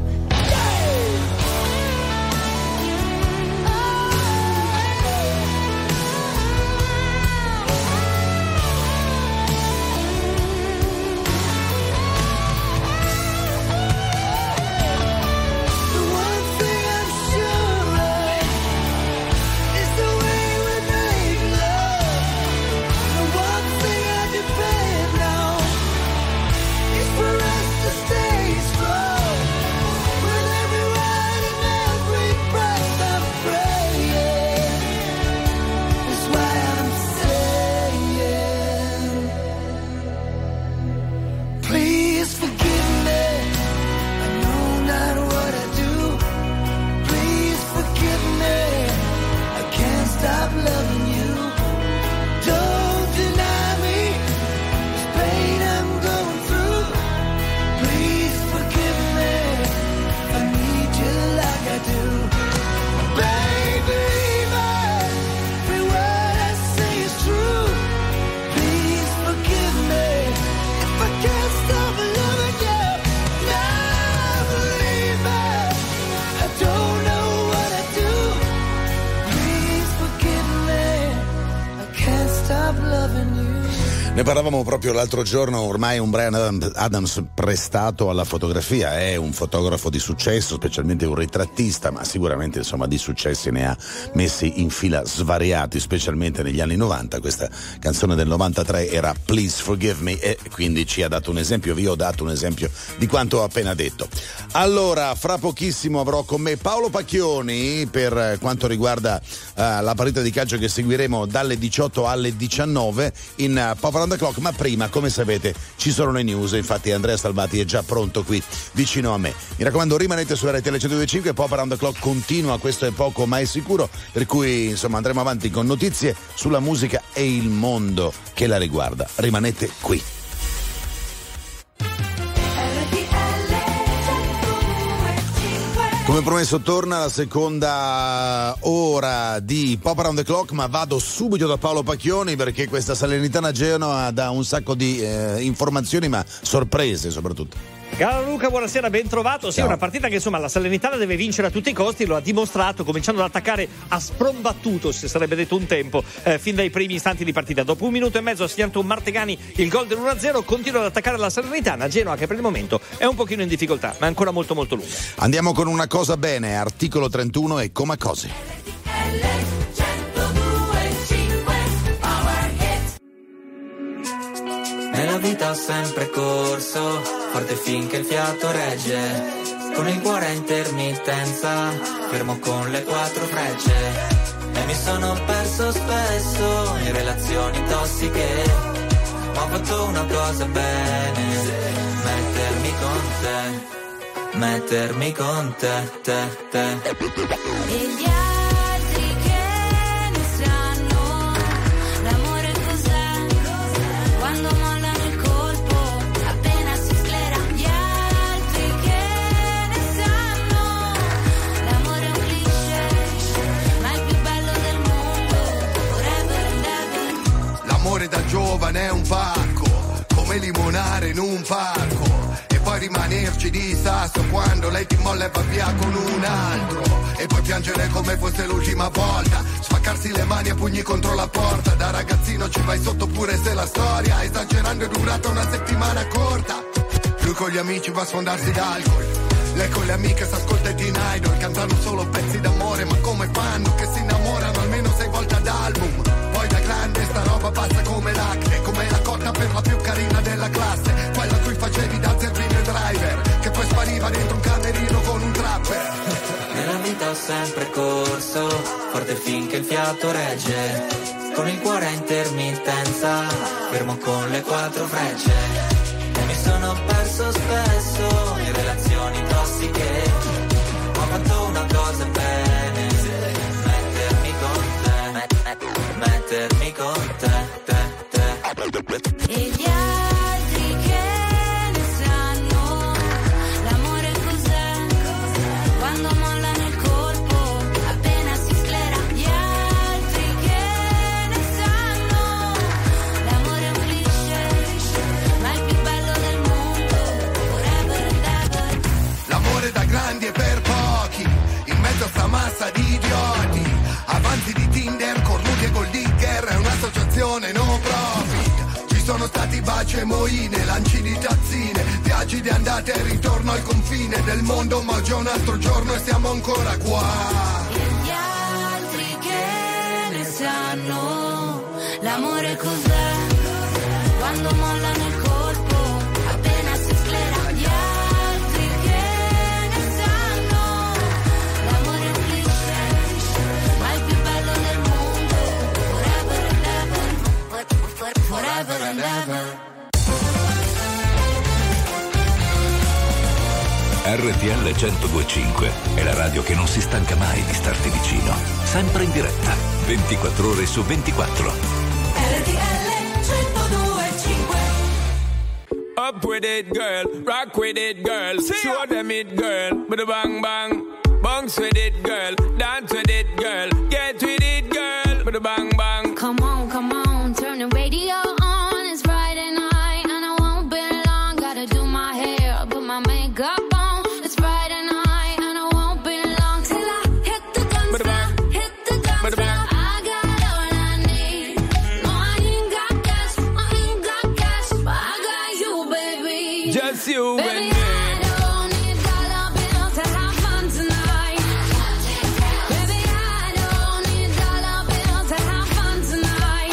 Ne parlavamo proprio l'altro giorno, ormai un Bryan Adams prestato alla fotografia, è un fotografo di successo, specialmente un ritrattista, ma sicuramente insomma di successi ne ha messi in fila svariati, specialmente negli anni 90. Questa canzone del 93 era Please Forgive Me e quindi ci ha dato un esempio, vi ho dato un esempio di quanto ho appena detto. Allora, fra pochissimo avrò con me Paolo Pacchioni per quanto riguarda la partita di calcio che seguiremo dalle 18 alle 19 in Pop Around the Clock, ma prima, come sapete, ci sono le news, infatti Andrea Salvati è già pronto qui vicino a me. Mi raccomando, rimanete su RTL 102.5, Pop Around the Clock continua, questo è poco ma è sicuro, per cui insomma andremo avanti con notizie sulla musica e il mondo che la riguarda. Rimanete qui. Come promesso torna la seconda ora di Pop Around the Clock, ma vado subito da Paolo Pacchioni perché questa Salernitana Genoa dà un sacco di informazioni, ma sorprese soprattutto. Caro Luca, buonasera, ben trovato. Sì, una partita che insomma la Salernitana deve vincere a tutti i costi, lo ha dimostrato cominciando ad attaccare a sprombattuto, si sarebbe detto un tempo, fin dai primi istanti di partita. Dopo 1 minuto e mezzo ha segnato un Martegani il gol dell'1-0, continua ad attaccare la Salernitana, Genoa che per il momento è un pochino in difficoltà, ma è ancora molto molto lunga. Andiamo con una cosa bene, articolo 31 e Comacose. Nella vita ho sempre corso, forte finché il fiato regge, con il cuore a intermittenza, fermo con le 4 frecce. E mi sono perso spesso in relazioni tossiche, ma ho fatto una cosa bene, mettermi con te. E gli altri che ne sanno, l'amore cos'è, quando mollano il colpo, appena si sclera. Gli altri che ne sanno, l'amore è un cliché, ma è il più bello del mondo, forever and ever. L'amore da giovane è un pacco, come limonare in un parco, e poi rimanerci di sasso quando lei ti molla e va via con un altro, e poi piangere come fosse l'ultima volta, spaccarsi le mani a pugni contro la porta. Da ragazzino ci vai sotto pure se la storia esagerando è durata una settimana corta. Lui con gli amici va a sfondarsi d'alcol, lei con le amiche s'ascolta Teen Idol, cantano solo pezzi d'amore, ma come fanno che si innamorano almeno 6 volte ad album. Poi da grande sta roba passa come l'acne, come la cotta per la più carina della classe, quella a cui facevi da zerbino e driver, che poi spariva dentro un camerino con un trapper. Nella vita ho sempre corso, forte finché il fiato regge, con il cuore a intermittenza, fermo con le 4 frecce. E mi sono perso spesso in relazioni tossiche, ma ho fatto una cosa bene, mettermi con te. E gli altri che ne sanno, l'amore cos'è, quando mollano il colpo, appena si sclera. Gli altri che ne sanno, l'amore è un cliché, ma è il più bello del mondo, forever and ever. L'amore da grandi e per pochi, in mezzo a sta massa di idioti, avanti di Tinder, cornuti e gold digger, è un'associazione no profit. Ci sono stati baci e moine, lanci di tazzine, viaggi di andata e ritorno al confine del mondo, ma oggi è un altro giorno e siamo ancora qua. E gli altri che ne sanno, l'amore cos'è, quando mollano il colpo, appena si sclera. Gli altri che ne sanno, l'amore è un cliché, ma è il più bello del mondo, forever and ever, forever and ever. RTL 102.5 è la radio che non si stanca mai di starti vicino, sempre in diretta, 24 ore su 24. RTL 102.5. Up with it, girl. Rock with it, girl. Show them it, girl. With a bang bang. Bounce with it, girl. Dance with it, girl. Get with it, girl. With a bang bang. Come on, turn the radio on. It's Friday night and I won't be long. Gotta do my hair, put my makeup on. It's Friday night and I won't be long till I hit the dance floor, hit the dance floor. I got all I need. No, I ain't got cash, but I got you, baby. Just you Baby, and me. I don't need dollar bills to have fun tonight. Baby, I don't need dollar bills to have fun tonight.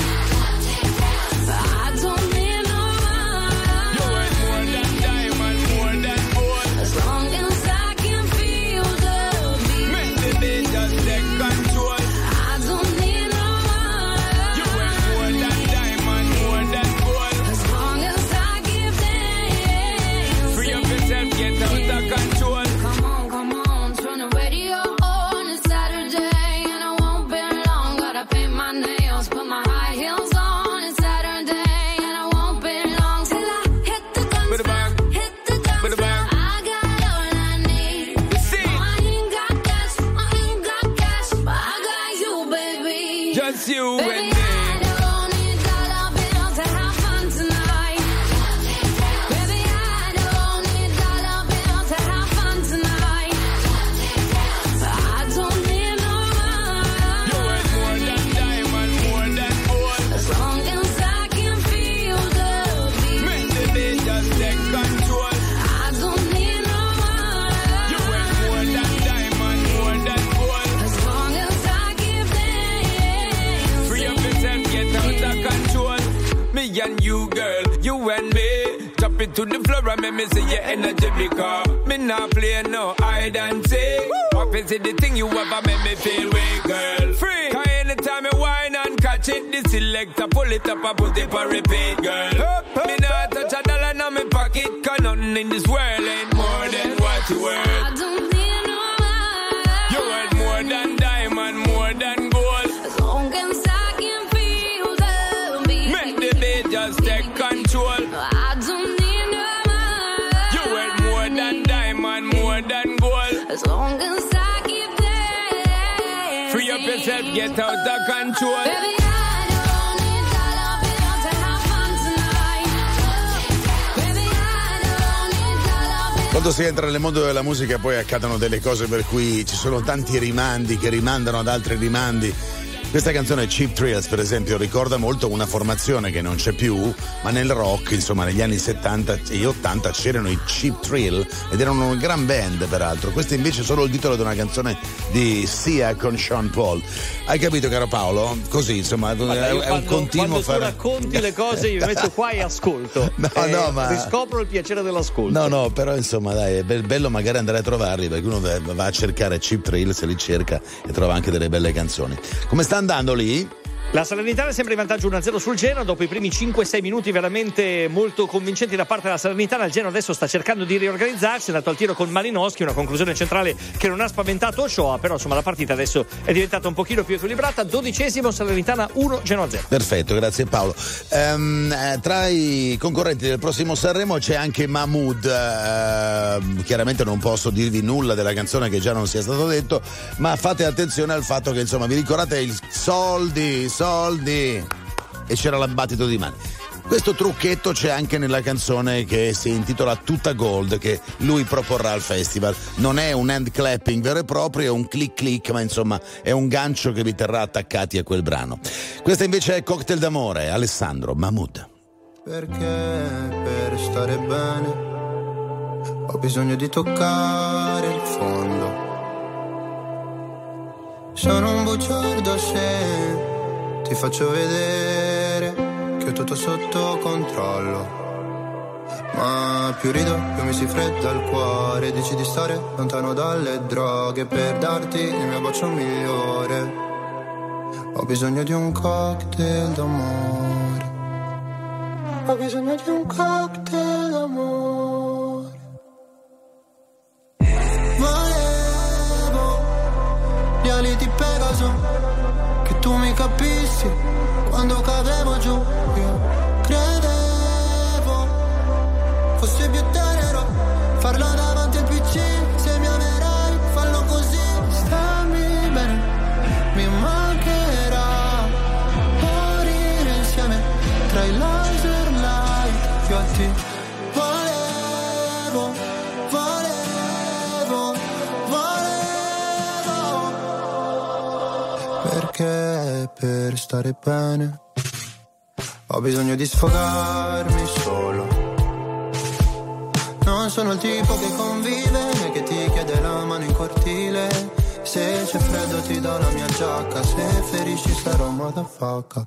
I don't need no money. You ain't more than diamond, more than gold. As long as I can feel the beat. Make the day just take control. I don't need no money. You ain't more than diamond, more than gold. As long as I give dance. Free up yourself, get out of control. Come on, turn the radio on. It's Saturday and I won't be long. Gotta paint my nails, put my high heels on. It's Saturday and I won't be long till I hit the dance With a bang. floor, hit the dance With a floor. bang. I got all I need. You see? No, I ain't got cash, but I got you, baby. Just you Baby, and me. I don't need dollar bills to have fun tonight. Baby, I don't need dollar and you, girl, you and me. Drop it to the floor and make me see your energy because me not play no hide and seek. What is it the thing you ever make me feel weak, girl? Free. Cause anytime you whine and catch it, the selector pull it up and put it for repeat, girl. Me not touch a dollar in my pocket, cause nothing in this world ain't more than what you worth. I don't need no man. You worth more than diamond, more than gold. As long as I can feel the beat. Make the beat just take control. I don't need no man. You worth more than diamond, more than gold. As long as I keep dancing. Free up yourself, get out of control. Baby, I don't need dollar bills to have fun tonight. Baby, I don't need dollar bills. Quando si entra nel mondo della musica poi accadono delle cose per cui ci sono tanti rimandi che rimandano ad altri rimandi. Questa canzone Cheap Thrills, per esempio, ricorda molto una formazione che non c'è più, ma nel rock, insomma, negli anni 70 e 80 c'erano i Cheap Thrill ed erano una gran band, peraltro. Questo invece è solo il titolo di una canzone di Sia con Sean Paul. Hai capito, caro Paolo? Così, insomma, Guarda, è un quando, continuo quando fare. tu racconti le cose io mi metto qua e ascolto. No, ma riscopro il piacere dell'ascolto. No, però insomma dai, è bello magari andare a trovarli, perché uno va a cercare Cheap Thrills, li cerca e trova anche delle belle canzoni. Come sta andando lì? La Salernitana è sempre in vantaggio 1-0 sul Genoa dopo i primi 5-6 minuti veramente molto convincenti da parte della Salernitana. Il Genoa adesso sta cercando di riorganizzarsi, è andato al tiro con Malinowski, una conclusione centrale che non ha spaventato Ochoa, però insomma la partita adesso è diventata un pochino più equilibrata. 12esimo, Salernitana 1, Genoa 0. Perfetto, grazie Paolo. Tra i concorrenti del prossimo Sanremo c'è anche Mahmood. Chiaramente non posso dirvi nulla della canzone che già non sia stato detto, ma fate attenzione al fatto che insomma vi ricordate il soldi e c'era l'abbattito di mani. Questo trucchetto c'è anche nella canzone che si intitola Tutta Gold, che lui proporrà al festival. Non è un hand clapping vero e proprio, è un click click, ma insomma è un gancio che vi terrà attaccati a quel brano. Questa invece è Cocktail d'amore, Alessandro Mahmood. Perché per stare bene ho bisogno di toccare il fondo. Sono un bugiardo se ti faccio vedere che ho tutto sotto controllo. Ma più rido, più mi si fredda il cuore. Dici di stare lontano dalle droghe per darti il mio bacio migliore. Ho bisogno di un cocktail d'amore. Ho bisogno di un cocktail d'amore. Volevo gli ali di Pegaso, che tu mi capissi quando cadevo giù. Io credevo fosse più tenero farlo davanti al PC. Se mi amerai fallo così, stammi bene, mi mancherà morire insieme tra i laser light. Io a te volevo perché per stare bene ho bisogno di sfogarmi solo. Non sono il tipo che convive né che ti chiede la mano in cortile. Se c'è freddo ti do la mia giacca, se ferisci sarò motherfucker.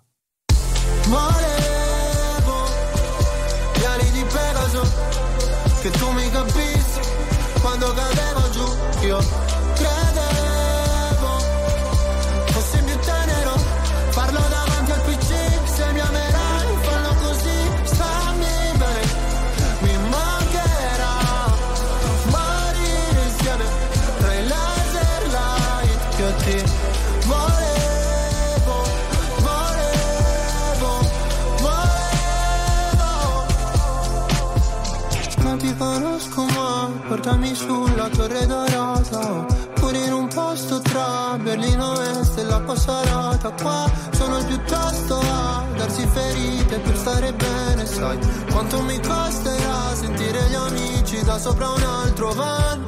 Volevo gli ali di Pegaso, che tu mi capissi quando cadevo giù. Io credevo fosse più tenero farlo davanti al PC. Se mi amerai fallo così, stammi bene, mi mancherà morire insieme tra i laser light. Che io ti volevo. Non ti conosco ma portami sulla Torre Dorata, pure in un posto tra Berlino Est e la Passarata. Qua sono piuttosto a darsi ferite per stare bene. Sai quanto mi costerà sentire gli amici da sopra un altro van.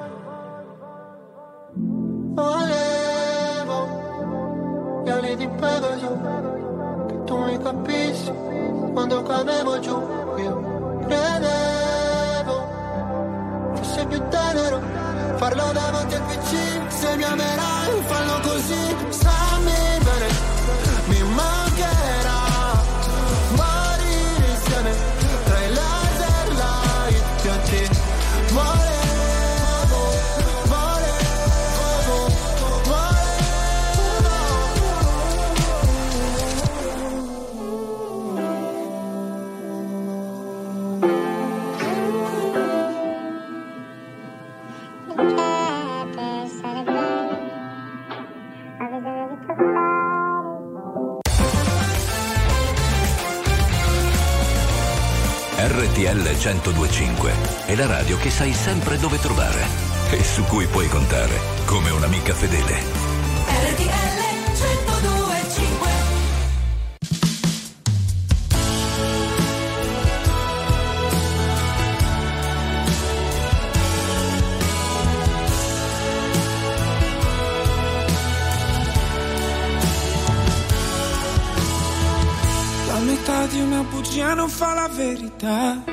Volevo gli ali di Pegaso, che tu mi capissi quando cadevo giù. Io credevo fosse più tenero farlo davanti al PC. Se mi amerai fallo così, stammi bene, mi mancherà morire RTL 102.5 è la radio che sai sempre dove trovare e su cui puoi contare come un'amica fedele. RTL 102.5. La metà di una bugia non fa la verità.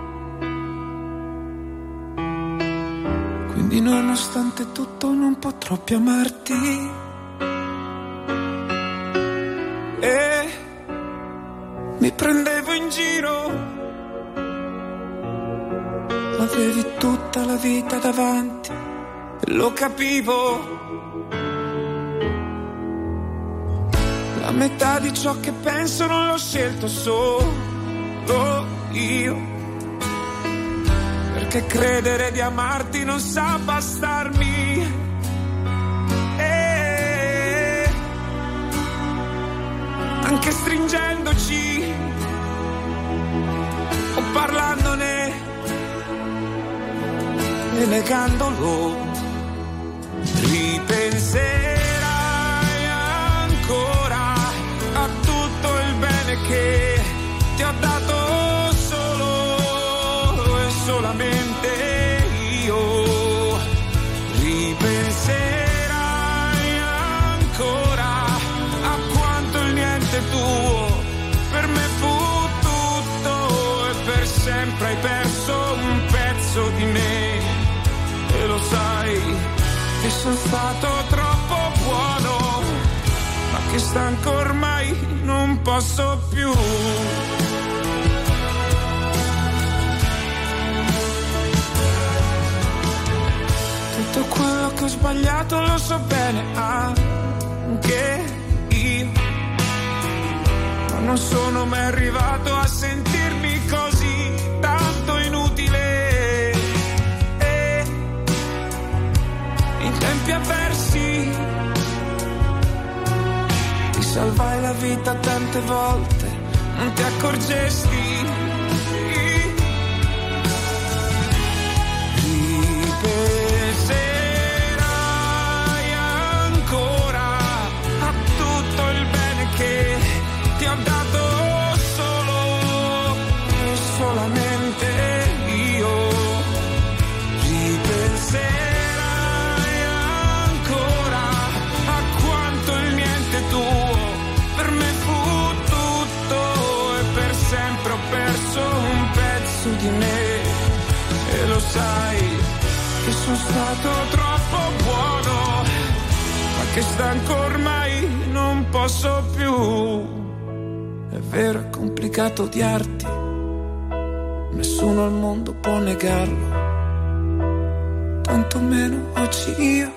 Quindi nonostante tutto non potrò più amarti. E mi prendevo in giro. Avevi tutta la vita davanti e lo capivo. La metà di ciò che penso non l'ho scelto solo io. Perché credere di amarti non sa bastarmi. E anche stringendoci o parlandone e negandolo, ripenserai ancora a tutto il bene che ti ho dato solo e solamente io. Ripenserai ancora a quanto il niente tuo per me fu tutto e per sempre hai perso un pezzo di me. E lo sai che sono stato troppo buono, ma che stanco ormai non posso più. Tutto quello che ho sbagliato lo so bene anche io, ma non sono mai arrivato a sentirmi così tanto inutile. E in tempi avversi ti salvai la vita tante volte, non ti accorgesti. Ripenserai ancora a tutto il bene che ti ho dato solo e solamente io. Ripenserai ancora a quanto il niente tuo per me fu tutto e per sempre ho perso un pezzo di me. E lo sai che sono stato troppo buono, ma che stanco ormai non posso più. È vero, è complicato odiarti, nessuno al mondo può negarlo, tantomeno oggi io.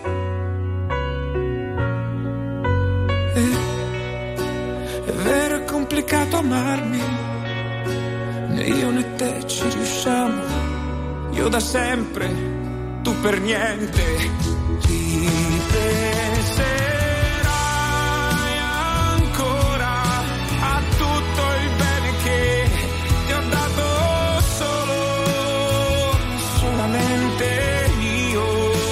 È vero, è complicato amarmi, né io né te ci riusciamo, io da sempre, tu per niente. Ripenserai ancora a tutto il bene che ti ho dato solo, solamente io.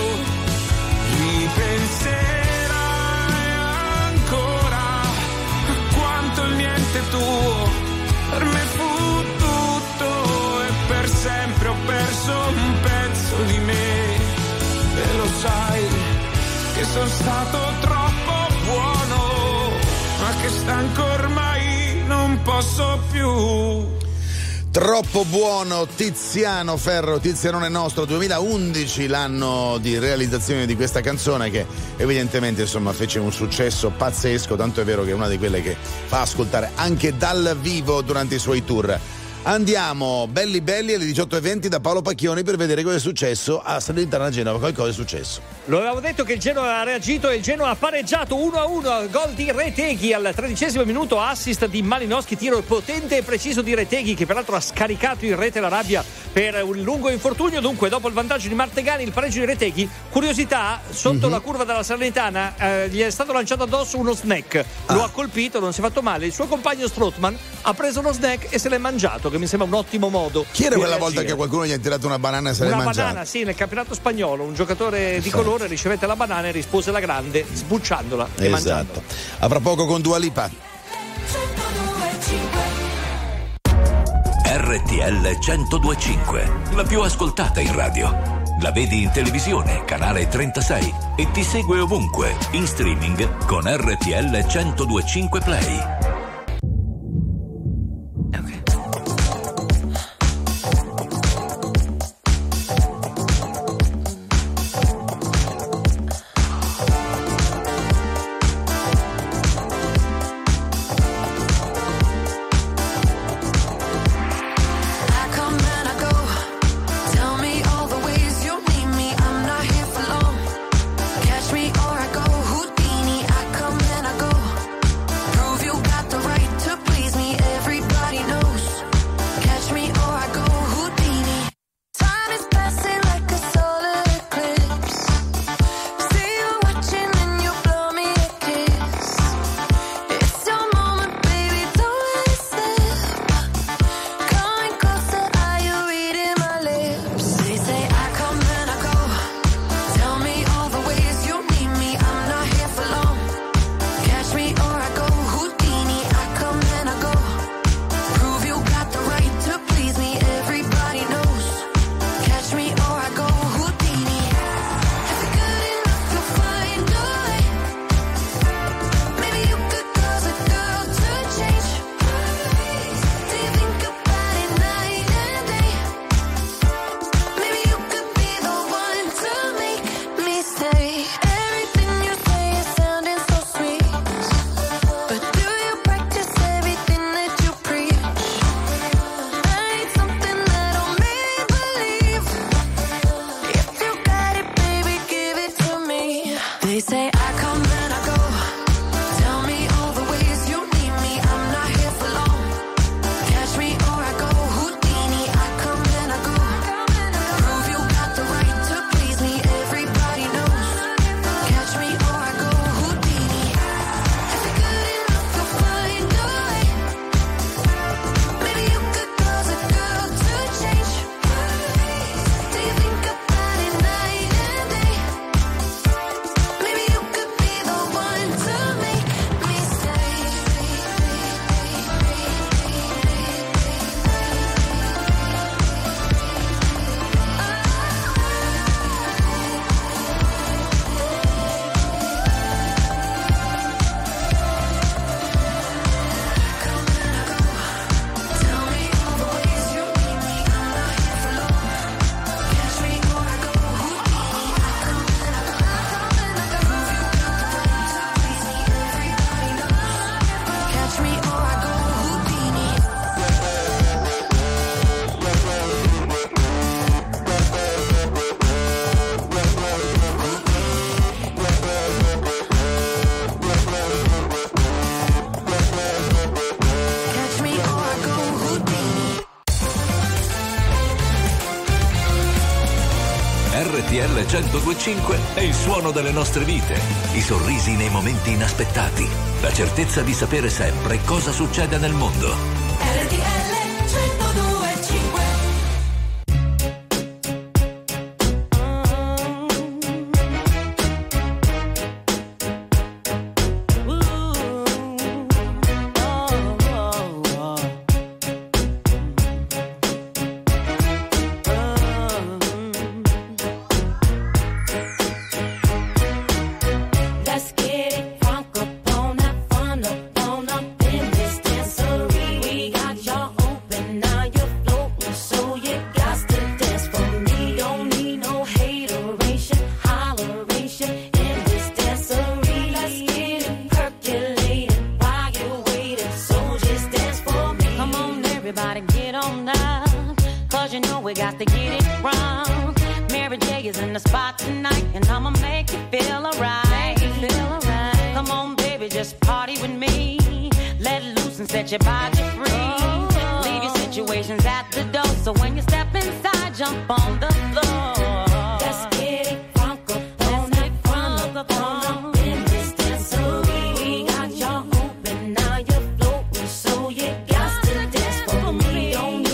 Ripenserai ancora a quanto il niente tuo per me fu tutto e per sempre ho perso un pezzo di me. E lo sai che sono stato troppo buono, ma che stanco ormai non posso più. Troppo buono, Tiziano Ferro, Tizianone nostro, 2011 l'anno di realizzazione di questa canzone che evidentemente insomma fece un successo pazzesco, tanto è vero che è una di quelle che fa ascoltare anche dal vivo durante i suoi tour. Andiamo belli belli alle 18:20 da Paolo Pacchioni per vedere cosa è successo a Salernitana Genova. Qualcosa è successo. Lo avevamo detto che il Genoa ha reagito e il Genoa ha pareggiato 1-1, gol di Reteghi al 13° minuto, assist di Malinowski, tiro potente e preciso di Reteghi che peraltro ha scaricato in rete la rabbia per un lungo infortunio. Dunque dopo il vantaggio di Martegani, il pareggio di Reteghi, curiosità, sotto la curva della Salernitana gli è stato lanciato addosso uno snack, lo ha colpito, non si è fatto male, il suo compagno Strootman ha preso lo snack e se l'è mangiato. che mi sembra un ottimo modo. Chi era di quella reagire. volta che qualcuno gli ha tirato una banana e se l'è Una mangiata? banana, sì, nel campionato spagnolo, un giocatore di colore ricevette la banana e rispose la grande sbucciandola e mangiandola. Esatto. A fra poco con Dua Lipa. RTL 1025, la più ascoltata in radio. La vedi in televisione, canale 36 e ti segue ovunque, in streaming con RTL 1025 Play. I come and I go. Tell me all the ways you need me. I'm not here for long. Catch me or I go Houdini. I come and I go. Prove you got the right to please me. Everybody knows. Catch me or I go Houdini. Time is passing like a solar eclipse. See you watching and you blow me a kiss. It's your moment, baby. Don't let it slip. Coming closer, are you reading my lips? They say I come and I go. Tell me all the ways you need me. I'm not here for long. Catch me or I go Houdini. I come and I go. Prove you got the right to please me. Everybody knows. Catch me or I go Houdini. If you're good enough, you'll find a way. Maybe you could cause a girl to change. Do you think about it night and day? Maybe you could be the one to make me stay. Everything you say is sounding so sweet, but do you practice everything that you preach? I need something that'll make me believe. If you got it, baby, give it to me. They say I come and I go. Tell me all the ways you need me. I'm not here for long. Catch me or I go Houdini. I come and I go. Prove you got the right to please me. Everybody knows. Catch me or I go Houdini. If you're good enough, you'll find a way. Maybe you could cause a girl to change. Do you think about it night and day? Maybe you could be the one to make me stay. Tell me all the ways you need me. I'm not here for long. Catch me or I go Houdini. I come and I go. Prove you got the right to please me. Everybody knows. Catch me or I go Houdini. Catch me or I go Houdini. RTL 1025 è il suono delle nostre vite, i sorrisi nei momenti inaspettati, la certezza di sapere sempre cosa succede nel mondo. RTL 102.5. Let's get it crunk up on that fun up in this dancery. We got y'all open, now you're floating, so you got to dance for me. Don't need no hateration, holleration in this dancery. Let's get it percolated while you're waiting, so just dance for me. Come on, everybody, get on up, 'cause you know we got to get it wrong. Mary J is in the spot tonight, and I'ma make you feel alright. Come on, baby, just party with me. Let loose and set your body free. Leave your situations at the door, so when you step inside, jump on the floor. Let's get it crunk up on in this dancery. We got y'all open, now you're floating, so you got to dance for me. Don't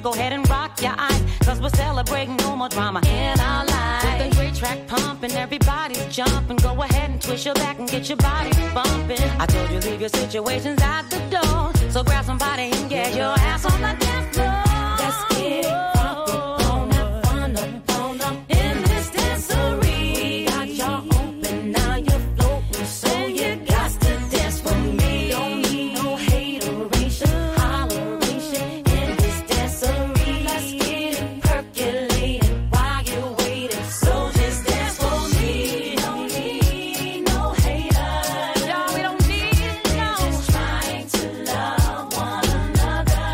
go ahead and rock your eyes, cause we're celebrating no more drama in our lives. With the great track pumping, everybody's jumping. Go ahead and twist your back and get your body bumping. I told you leave your situations at the door, so grab somebody and get your ass on the dance floor. Let's get crunk up on that fun up in this dancery. Got y'all open, now you're floating, so you got to dance for me. Don't need no hateration, holleration in this dancery. Let's get it percolating while you're waiting, so just dance for me. Don't need no haters, y'all, we don't need it, no. Just trying to love one another.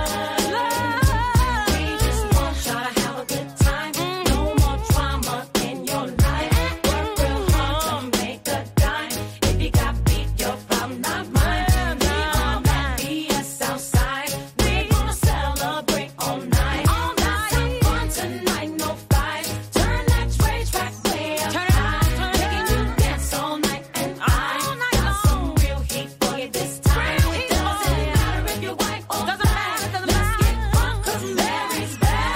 We just want y'all to have a good time. No more drama in your life. Work real hard to make a dime. If you got beat, your problem, not mine. We on that BS outside. We gonna celebrate all night. Let's have fun tonight, no fights. Turn that train track way up high. Making you dance all night, and I got some real heat for you this time. Doesn't matter if you're white or black. Let's get crunk 'cause Mary's back.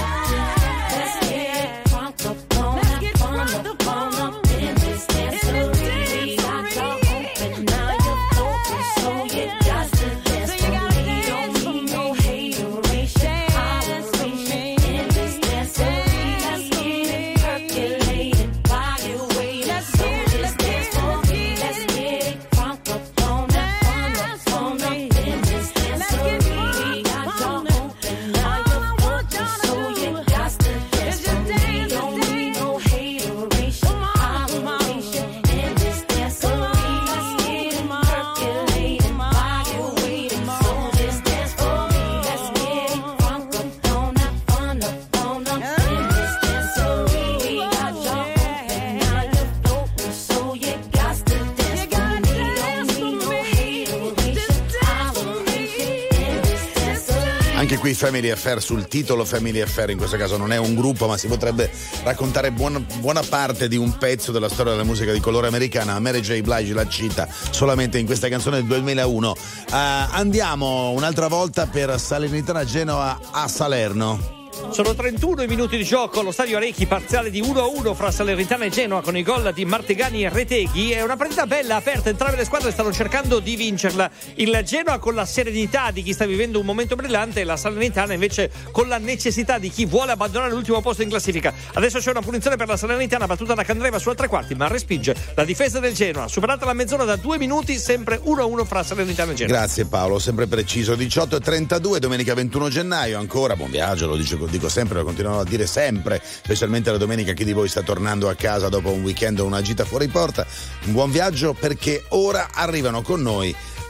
Let's get crunk up on that fun up in this dancery. Got y'all open, now you're open, so you got to dance for me. Don't need no hateration, holleration in this dancery. Let's get it percolating while you're waiting, so just dance for me. Let's get it crunk up on that fun up in this dancery. Got y'all open, now you're open, so you got to dance for me. Don't need no hateration, holleration in this dancery. Let's get it percolating while you're waiting, so just dance for me. Let's get it crunk up on that fun up in this dancery. Got y'all open, now you're floating, so you got to dance for me. Don't need no hateration, holleration in this dancery. Anche qui Family Affair, sul titolo Family Affair, in questo caso non è un gruppo, ma si potrebbe raccontare buona parte di un pezzo della storia della musica di colore americana. Mary J. Blige la cita solamente in questa canzone del 2001. Andiamo un'altra volta per Salernitana Genoa a Salerno. Sono 31 i minuti di gioco allo stadio Arecchi, parziale di 1-1 fra Salernitana e Genoa con i gol di Martegani e Reteghi. È una partita bella, aperta, entrambe le squadre stanno cercando di vincerla. Il Genoa con la serenità di chi sta vivendo un momento brillante e la Salernitana invece con la necessità di chi vuole abbandonare l'ultimo posto in classifica. Adesso c'è una punizione per la Salernitana battuta da Candreva su tre quarti, ma respinge la difesa del Genoa. Superata la mezz'ora da 2 minuti, sempre 1-1 fra Salernitana e Genoa. Grazie Paolo, sempre preciso. 18:32, domenica 21 gennaio. Ancora buon viaggio, lo dico sempre, lo continuano a dire sempre, specialmente la domenica chi di voi sta tornando a casa dopo un weekend o una gita fuori porta. Un buon viaggio, perché ora arrivano con noi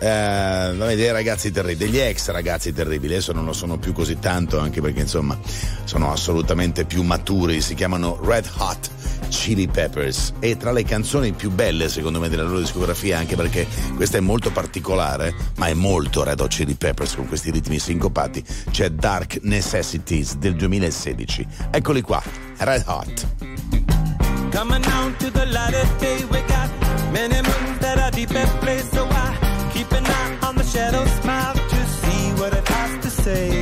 dei ragazzi terribili, degli ex ragazzi terribili. Adesso non lo sono più così tanto, anche perché insomma sono assolutamente più maturi. Si chiamano Red Hot Chili Peppers e tra le canzoni più belle secondo me della loro discografia, anche perché questa è molto particolare ma è molto Red Hot Chili Peppers con questi ritmi sincopati, c'è Dark Necessities del 2016. Eccoli qua, Red Hot. Coming on to the light of day, we got many moons that are deep at play, so I keep an eye on the shadow, smile to see what it has to say.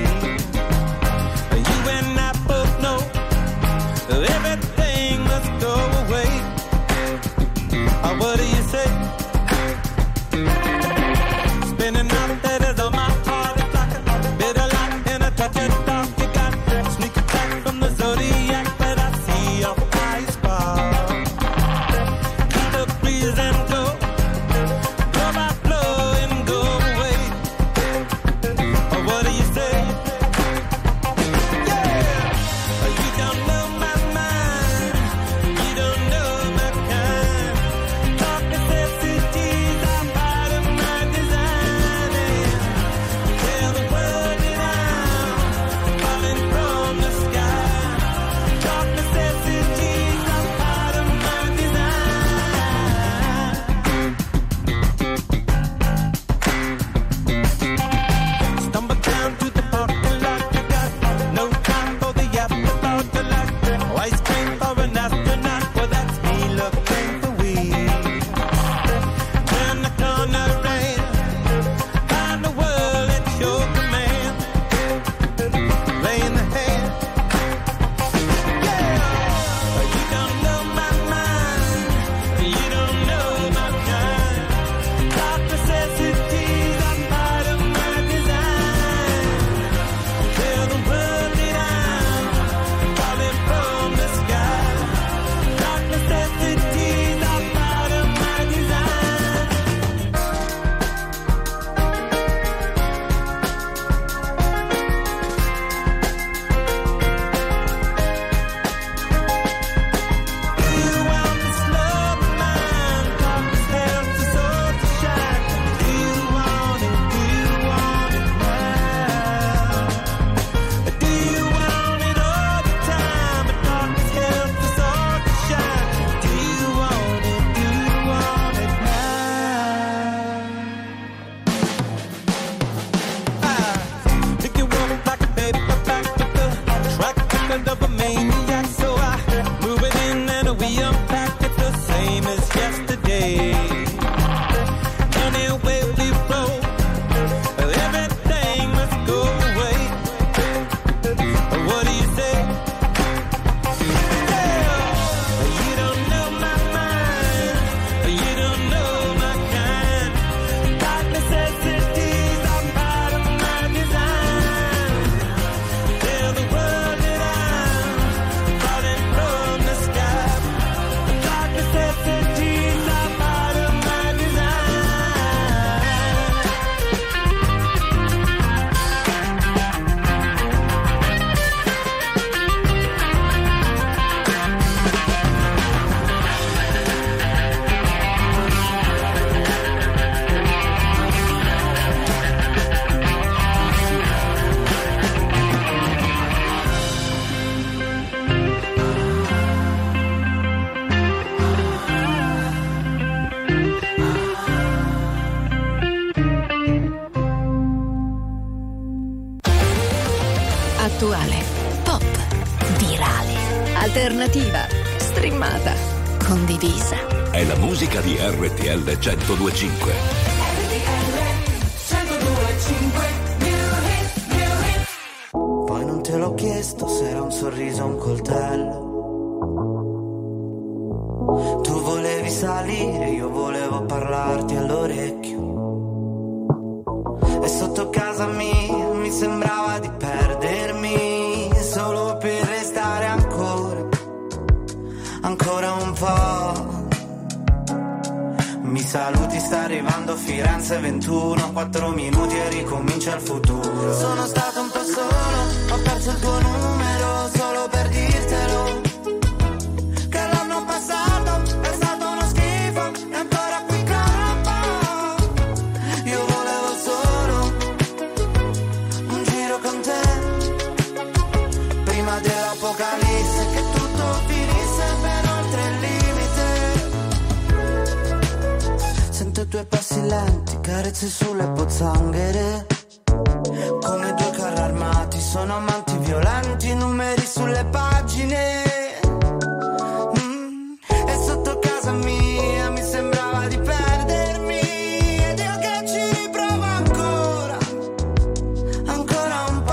You and I both know everything must go away. What do you say? Spinning out that is on my heart, it's like a bitter light and a touch of dark. You got sneak attack from the zodiac, but I see your eyes spark. Keep the breeze and go, blow by blow and go away. What do you say? Attuale, pop, virale, alternativa, streamata, condivisa. È la musica di RTL 102.5. Poi non te l'ho chiesto se era un sorriso o un coltello. Tu volevi salire, io volevo parlarti all'orecchio. E sotto casa mia mi sembrava di perdermi, solo per restare ancora un po'. Mi saluti, sta arrivando Firenze 21, 4 minuti e ricomincia il futuro. Sono stato un po' solo, ho perso il tuo numero solo per dirtelo, che l'anno passato è stato uno schifo e ancora qui campo. Io volevo solo un giro con te, prima dell'apocalisse, che tutto finisse ben oltre il limite. Sento i tuoi passi lenti, carezze sulle pozzanghere, come due carri armati, sono amanti violenti, numeri sulle pagine. E sotto casa mia mi sembrava di perdermi, ed io che ci riprovo ancora un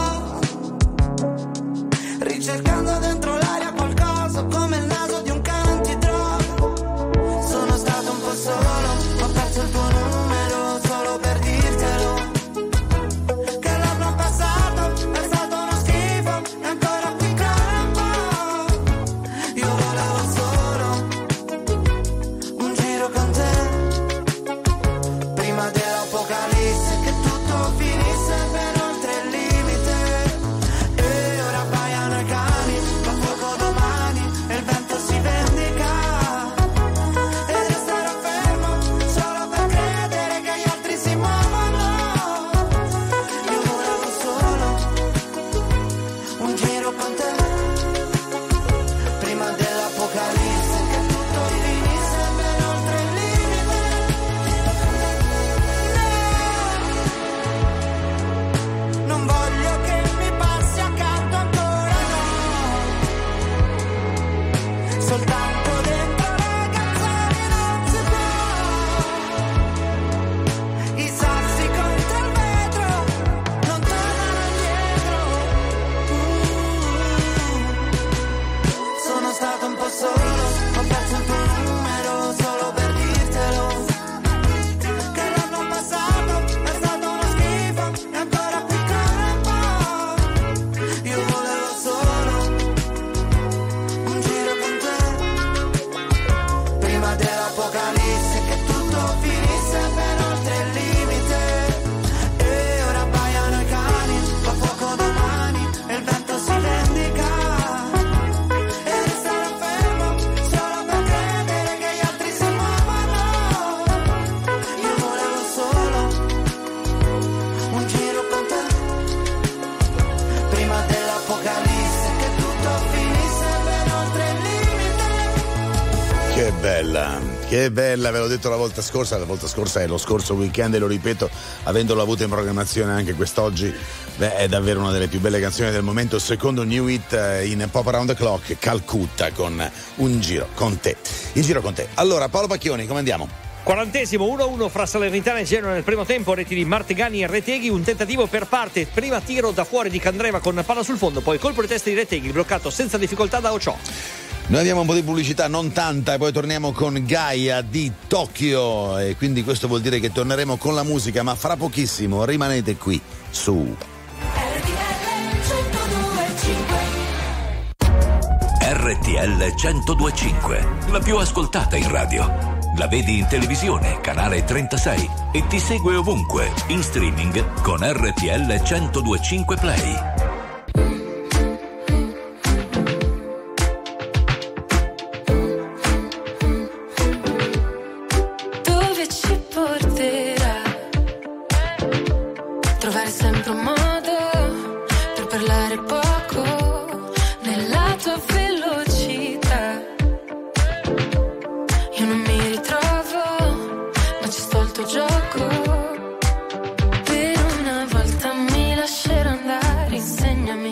po', ricercando dentro l'aria qualcosa come il naso di un cane antidroga. Sono stato un po' solo, ho perso il tuo numero solo per dirtelo, che l'anno passato è stato uno schifo e ancora qui campo. Io volevo solo un giro con te, prima dell'apocalisse, che tutto finisse ben oltre il limite. E ora abbaiano i cani, fa fuoco domani e il vento si vendica, e resterò fermo solo per credere che gli altri si muovono. Io volevo solo un giro con te, prima dell'apocalisse, che tutto finisse ben oltre il limite. Non voglio che mi passi accanto ancora, no, soltanto dentro le canzoni non si può. I sassi contro il vetro non tornano indietro. Sono stato un po' solo, ho perso il tuo numero solo per dirtelo, che l'anno passato è stato uno schifo e ancora qui campo. Io volevo solo un giro con te, prima dell'apocalisse, che tutto finisse ben oltre il limite. E ora abbaiano i cani, fa fuoco domani e il vento si vendica, e resterò fermo solo per credere che gli altri si muovono. Io volevo solo un giro con te, prima dell'apocalisse, che tutto finisse ben oltre il limite. Che bella, ve l'ho detto la volta scorsa è lo scorso weekend e lo ripeto, avendolo avuto in programmazione anche quest'oggi. È davvero una delle più belle canzoni del momento, secondo new hit in Pop Around the Clock, Calcutta con Un giro con te. In giro con te. Allora, Paolo Pacchioni, come andiamo? 40esimo, 1-1 fra Salernitana e Genoa nel primo tempo, reti di Martegani e Reteghi, un tentativo per parte, prima tiro da fuori di Candreva con palla sul fondo, poi colpo di testa di Reteghi, bloccato senza difficoltà da Ochoa. Noi andiamo un po' di pubblicità, non tanta, e poi torniamo con Gaia di Tokyo, e quindi questo vuol dire che torneremo con la musica, ma fra pochissimo. Rimanete qui su RTL 102.5, la più ascoltata in radio. La vedi in televisione, canale 36, e ti segue ovunque, in streaming con RTL 102.5 Play. Dove ci porterà? Trovare sempre un modo per parlare poco nella tua velocità. Io non mi ritrovo, ma ci sto al tuo gioco. Per una volta mi lascerò andare, insegnami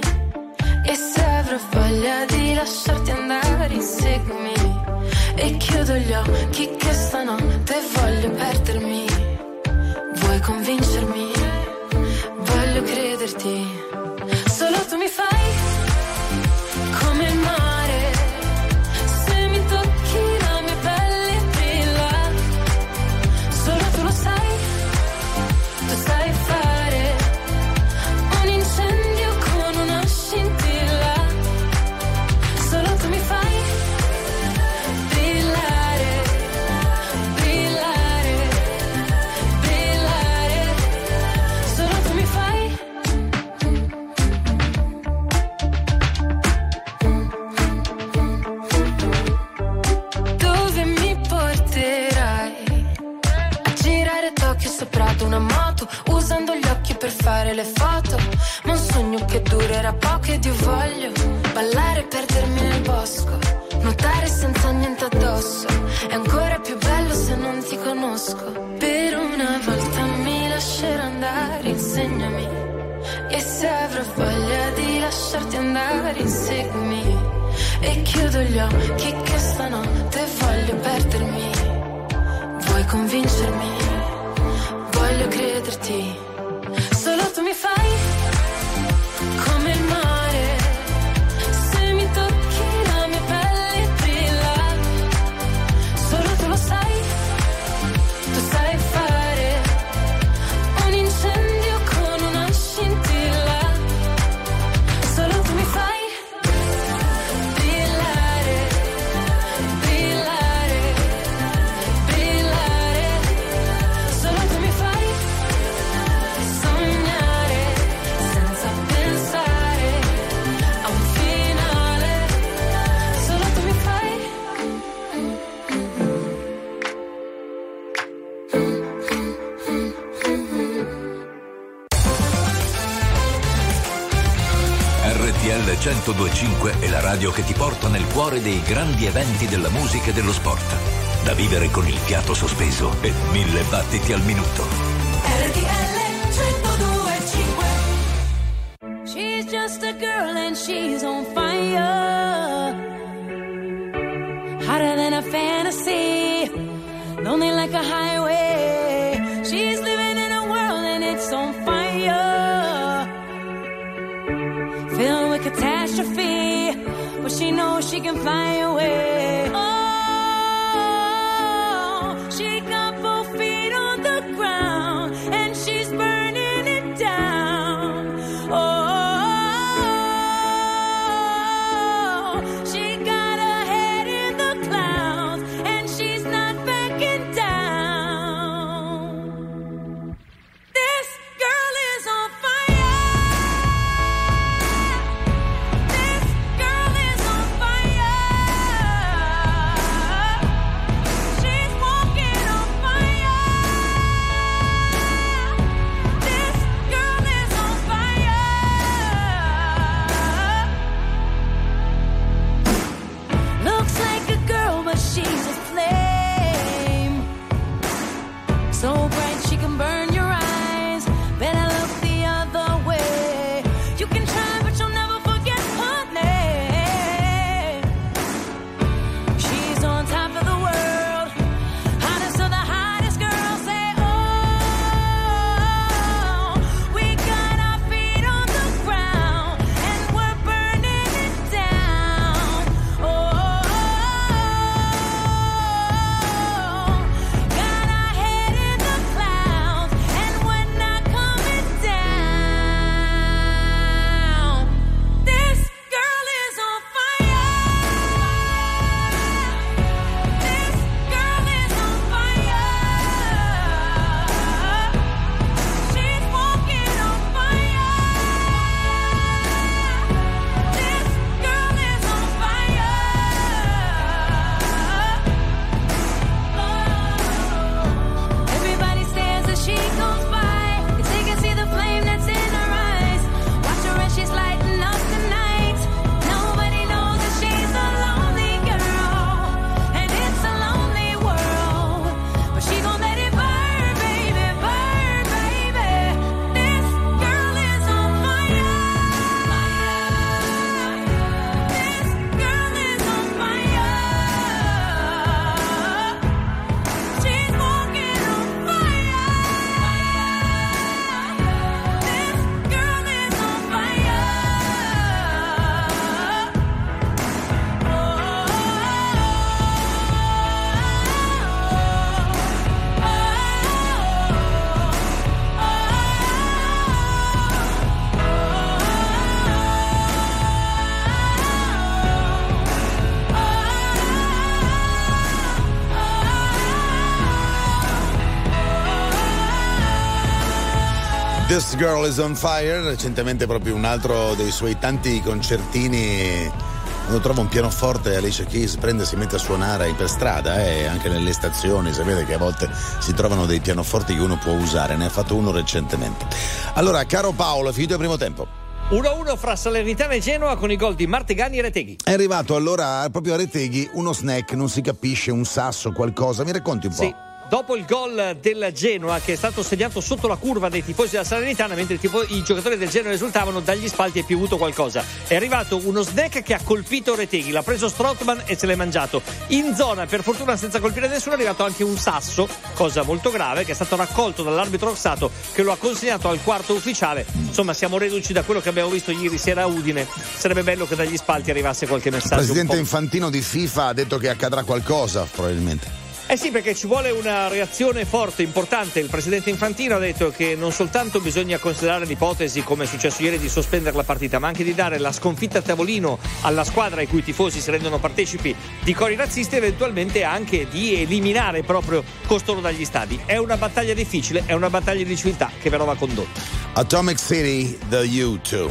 lasciarti andare, inseguimi. E chiudo gli occhi che stanotte voglio perdermi. Vuoi convincermi? Voglio crederti. Solo tu mi fai come il mare. Se mi tocchi la mia pelle brilla. Solo tu lo sai. Tu sai fare un incendio con una scintilla. Solo tu mi fai brillare, brillare, brillare. Solo tu mi fai. Dove mi porterai? A girare Tokyo sopra ad una moto, usando gli occhi per fare le foto. Ma un sogno che durerà poco ed io voglio ballare e perdermi nel bosco, nuotare senza niente addosso. È ancora più bello se non ti conosco. Per una volta mi lascerò andare, insegnami. E se avrò voglia di lasciarti andare, inseguimi. E chiudo gli occhi che stanotte voglio perdermi. Vuoi convincermi? Voglio crederti. Solo tu mi fai come il mare. Se mi tocchi la mia pelle brilla. Solo tu lo sai. Tu sai fare un incendio con una scintilla. Solo tu mi fai brillare, brillare, brillare. Solo tu mi fai sognare senza pensare a un finale. Solo tu mi fai. RTL 102.5 è la radio che ti porta nel cuore dei grandi eventi della musica e dello sport. Da vivere con il fiato sospeso e 1000 battiti al minuto. RTL 102.5. She's just a girl and she's on fire. Hotter than a fantasy. Lonely like a highway. She's living in a world and it's on fire. Filled with catastrophe. But she knows she can fly away. Oh, she got both feet on the ground and she's burning it down. Oh, she got her head in the clouds and she's not backing down. This girl is on fire. This girl is on fire. This Girl is on Fire, recentemente proprio un altro dei suoi tanti concertini. Quando trova un pianoforte, Alicia Keys prende e si mette a suonare per strada, anche nelle stazioni. Sapete che a volte si trovano dei pianoforti che uno può usare, ne ha fatto uno recentemente. Allora, caro Paolo, è finito il primo tempo. 1-1 fra Salernitana e Genoa con i gol di Martegani e Reteghi. È arrivato allora proprio a Reteghi uno snack, non si capisce, un sasso, qualcosa. Mi racconti un po'? Sì. Dopo il gol del Genoa, che è stato segnato sotto la curva dei tifosi della Salernitana, mentre i giocatori del Genoa esultavano, dagli spalti è piovuto qualcosa. È arrivato uno snack che ha colpito Reteghi, l'ha preso Strootman e se l'è mangiato. In zona, per fortuna senza colpire nessuno, è arrivato anche un sasso, cosa molto grave, che è stato raccolto dall'arbitro Rossato, che lo ha consegnato al quarto ufficiale. Insomma, siamo reduci da quello che abbiamo visto ieri sera a Udine. Sarebbe bello che dagli spalti arrivasse qualche messaggio. Il presidente Infantino di FIFA ha detto che accadrà qualcosa, probabilmente. Eh sì, perché ci vuole una reazione forte, importante. Il presidente Infantino ha detto che non soltanto bisogna considerare l'ipotesi, come è successo ieri, di sospendere la partita, ma anche di dare la sconfitta a tavolino alla squadra i cui tifosi si rendono partecipi di cori razzisti e eventualmente anche di eliminare proprio costoro dagli stadi. È una battaglia difficile, è una battaglia di civiltà che però va condotta. Atomic City, The U2.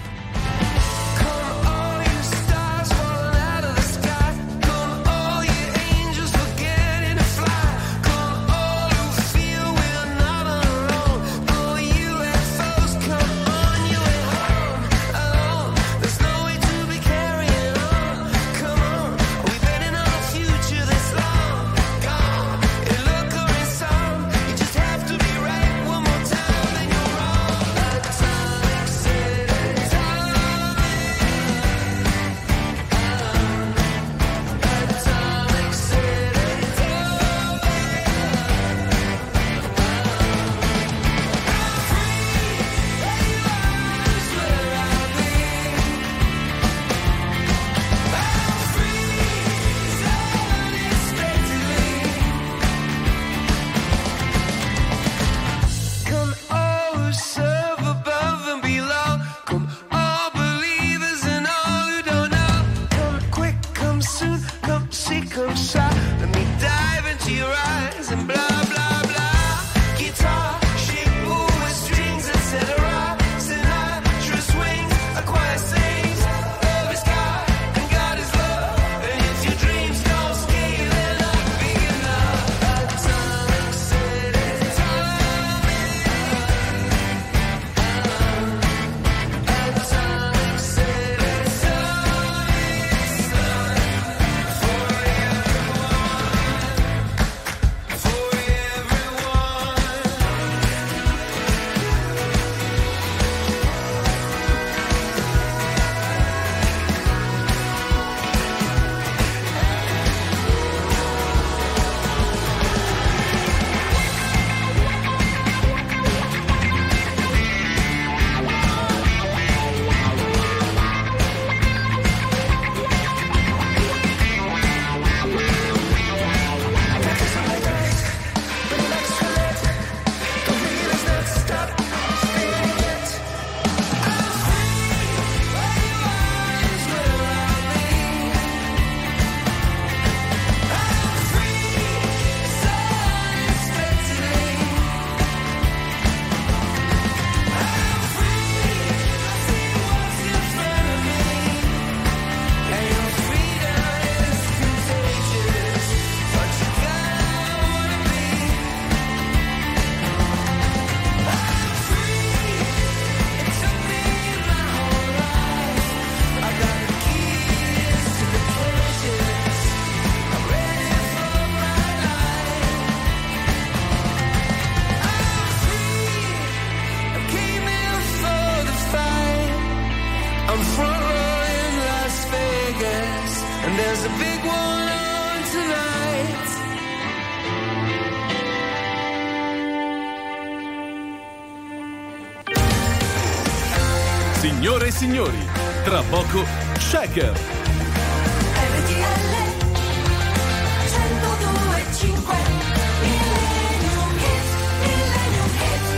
Signore e signori, tra poco Shaker.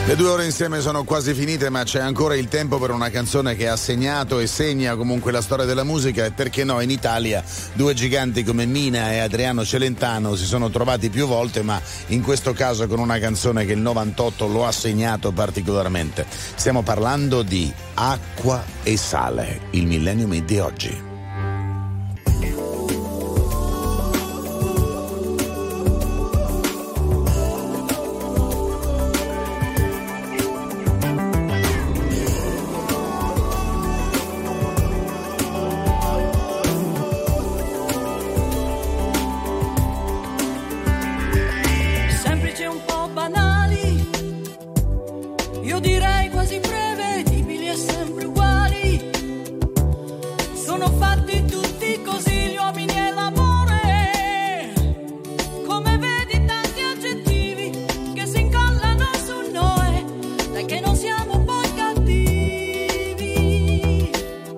Le 2 ore insieme sono quasi finite, ma c'è ancora il tempo per una canzone che ha segnato e segna comunque la storia della musica, e perché no, in Italia 2 giganti come Mina e Adriano Celentano si sono trovati più volte, ma in questo caso con una canzone che il 98 lo ha segnato particolarmente. Stiamo parlando di Acqua e Sale, il Millennium Hit di oggi. Semplici e un po' banali, io direi quasi prevedibili e sempre uguali. Sono fatti tutti così gli uomini e l'amore. Come vedi tanti aggettivi che si incollano su noi, dai che non siamo poi cattivi.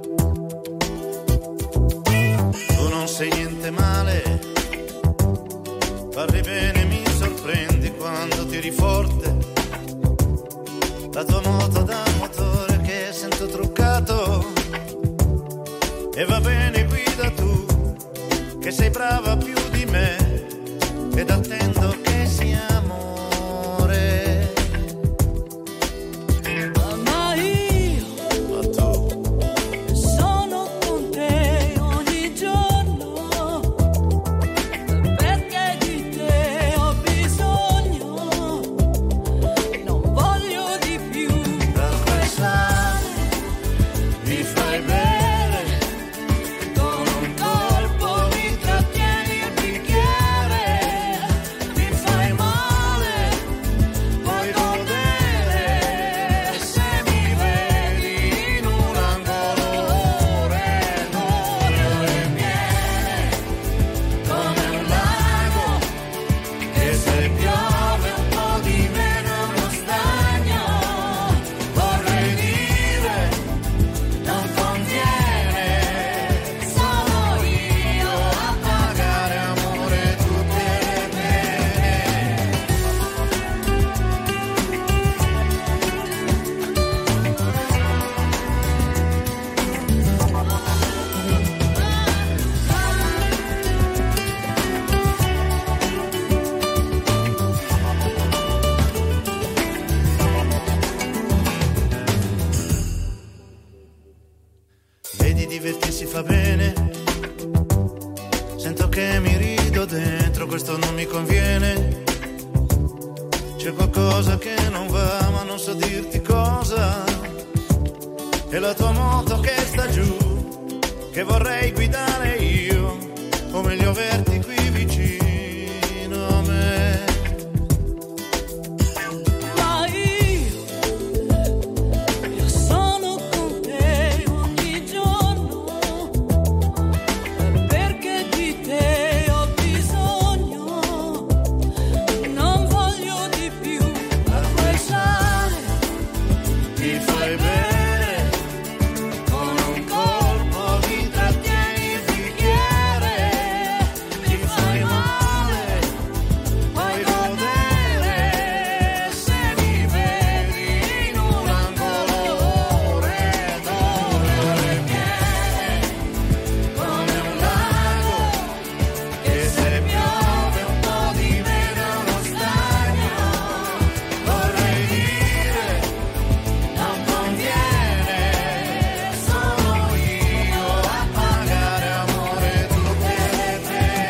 Tu non sei niente male, parli bene, mi sorprendi quando tiri forte. La tua moto da motore che sento truccato. E va bene, guida tu, che sei brava più di me, ed attendo che sia amore. Ma io sono con te ogni giorno, perché di te ho bisogno, non voglio di più. L'acqua e sale, mi fai bere, con un colpo mi trattieni il bicchiere, mi fai male, puoi godere, se mi vedi in un angolo ore, ore piene, come un lago, che se piove un po' di meno è uno stagno, vorrei dire, non conviene, sono io a pagare amore tutte le pene. Vedi, divertirsi fa bene, sento che mi rido dentro, questo non mi conviene. C'è qualcosa che non va, ma non so dirti cosa. E la tua moto che sta giù, che vorrei guidare io, o meglio averti qui vicino a me. Ma io sono con te ogni giorno, perché di te ho bisogno, non voglio di più. Acqua e sale, Mi fai bere, con un colpo mi trattieni il bicchiere, mi fai male, puoi godere, se mi vedi in un angolo ore, ore piene, come un lago, che se piove un po' di meno è uno stagno, vorrei dire, non conviene, sono io a pagare amore tutte le pene.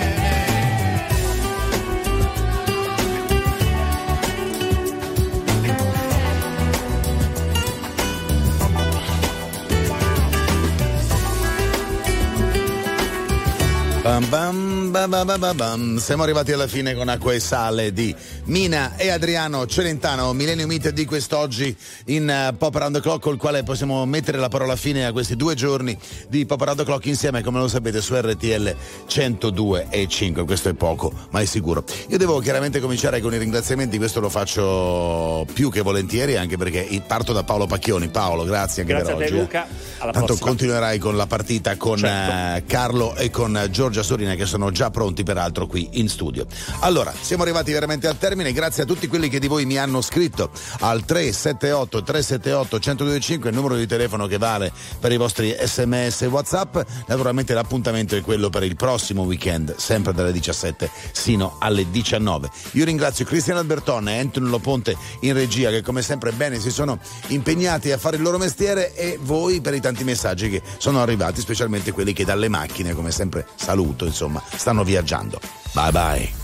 Bam bam ba ba ba ba bam. Siamo arrivati alla fine con Acqua e Sale di Mina e Adriano Celentano, Millennium Hit di quest'oggi in Pop Around the Clock, col quale possiamo mettere la parola fine a questi 2 giorni di Pop Around the Clock insieme, come lo sapete, su RTL 102.5. Questo è poco, ma è sicuro. Io devo chiaramente cominciare con i ringraziamenti, questo lo faccio più che volentieri, anche perché parto da Paolo Pacchioni. Paolo, grazie anche Grazie per a te, oggi. Luca. Alla Tanto prossima. continuerai con la partita con Certo. Carlo e con Giorgio Giorgia Surina, che sono già pronti peraltro qui in studio. Allora, siamo arrivati veramente al termine, grazie a tutti quelli che di voi mi hanno scritto al 378 378 1025, il numero di telefono che vale per i vostri SMS e WhatsApp. Naturalmente l'appuntamento è quello per il prossimo weekend, sempre dalle 17 sino alle 19. Io ringrazio Cristiano Alberton e Antonio Loponte in regia, che come sempre bene si sono impegnati a fare il loro mestiere, e voi per i tanti messaggi che sono arrivati, specialmente quelli che dalle macchine, come sempre saluto, insomma, stanno viaggiando. Bye bye.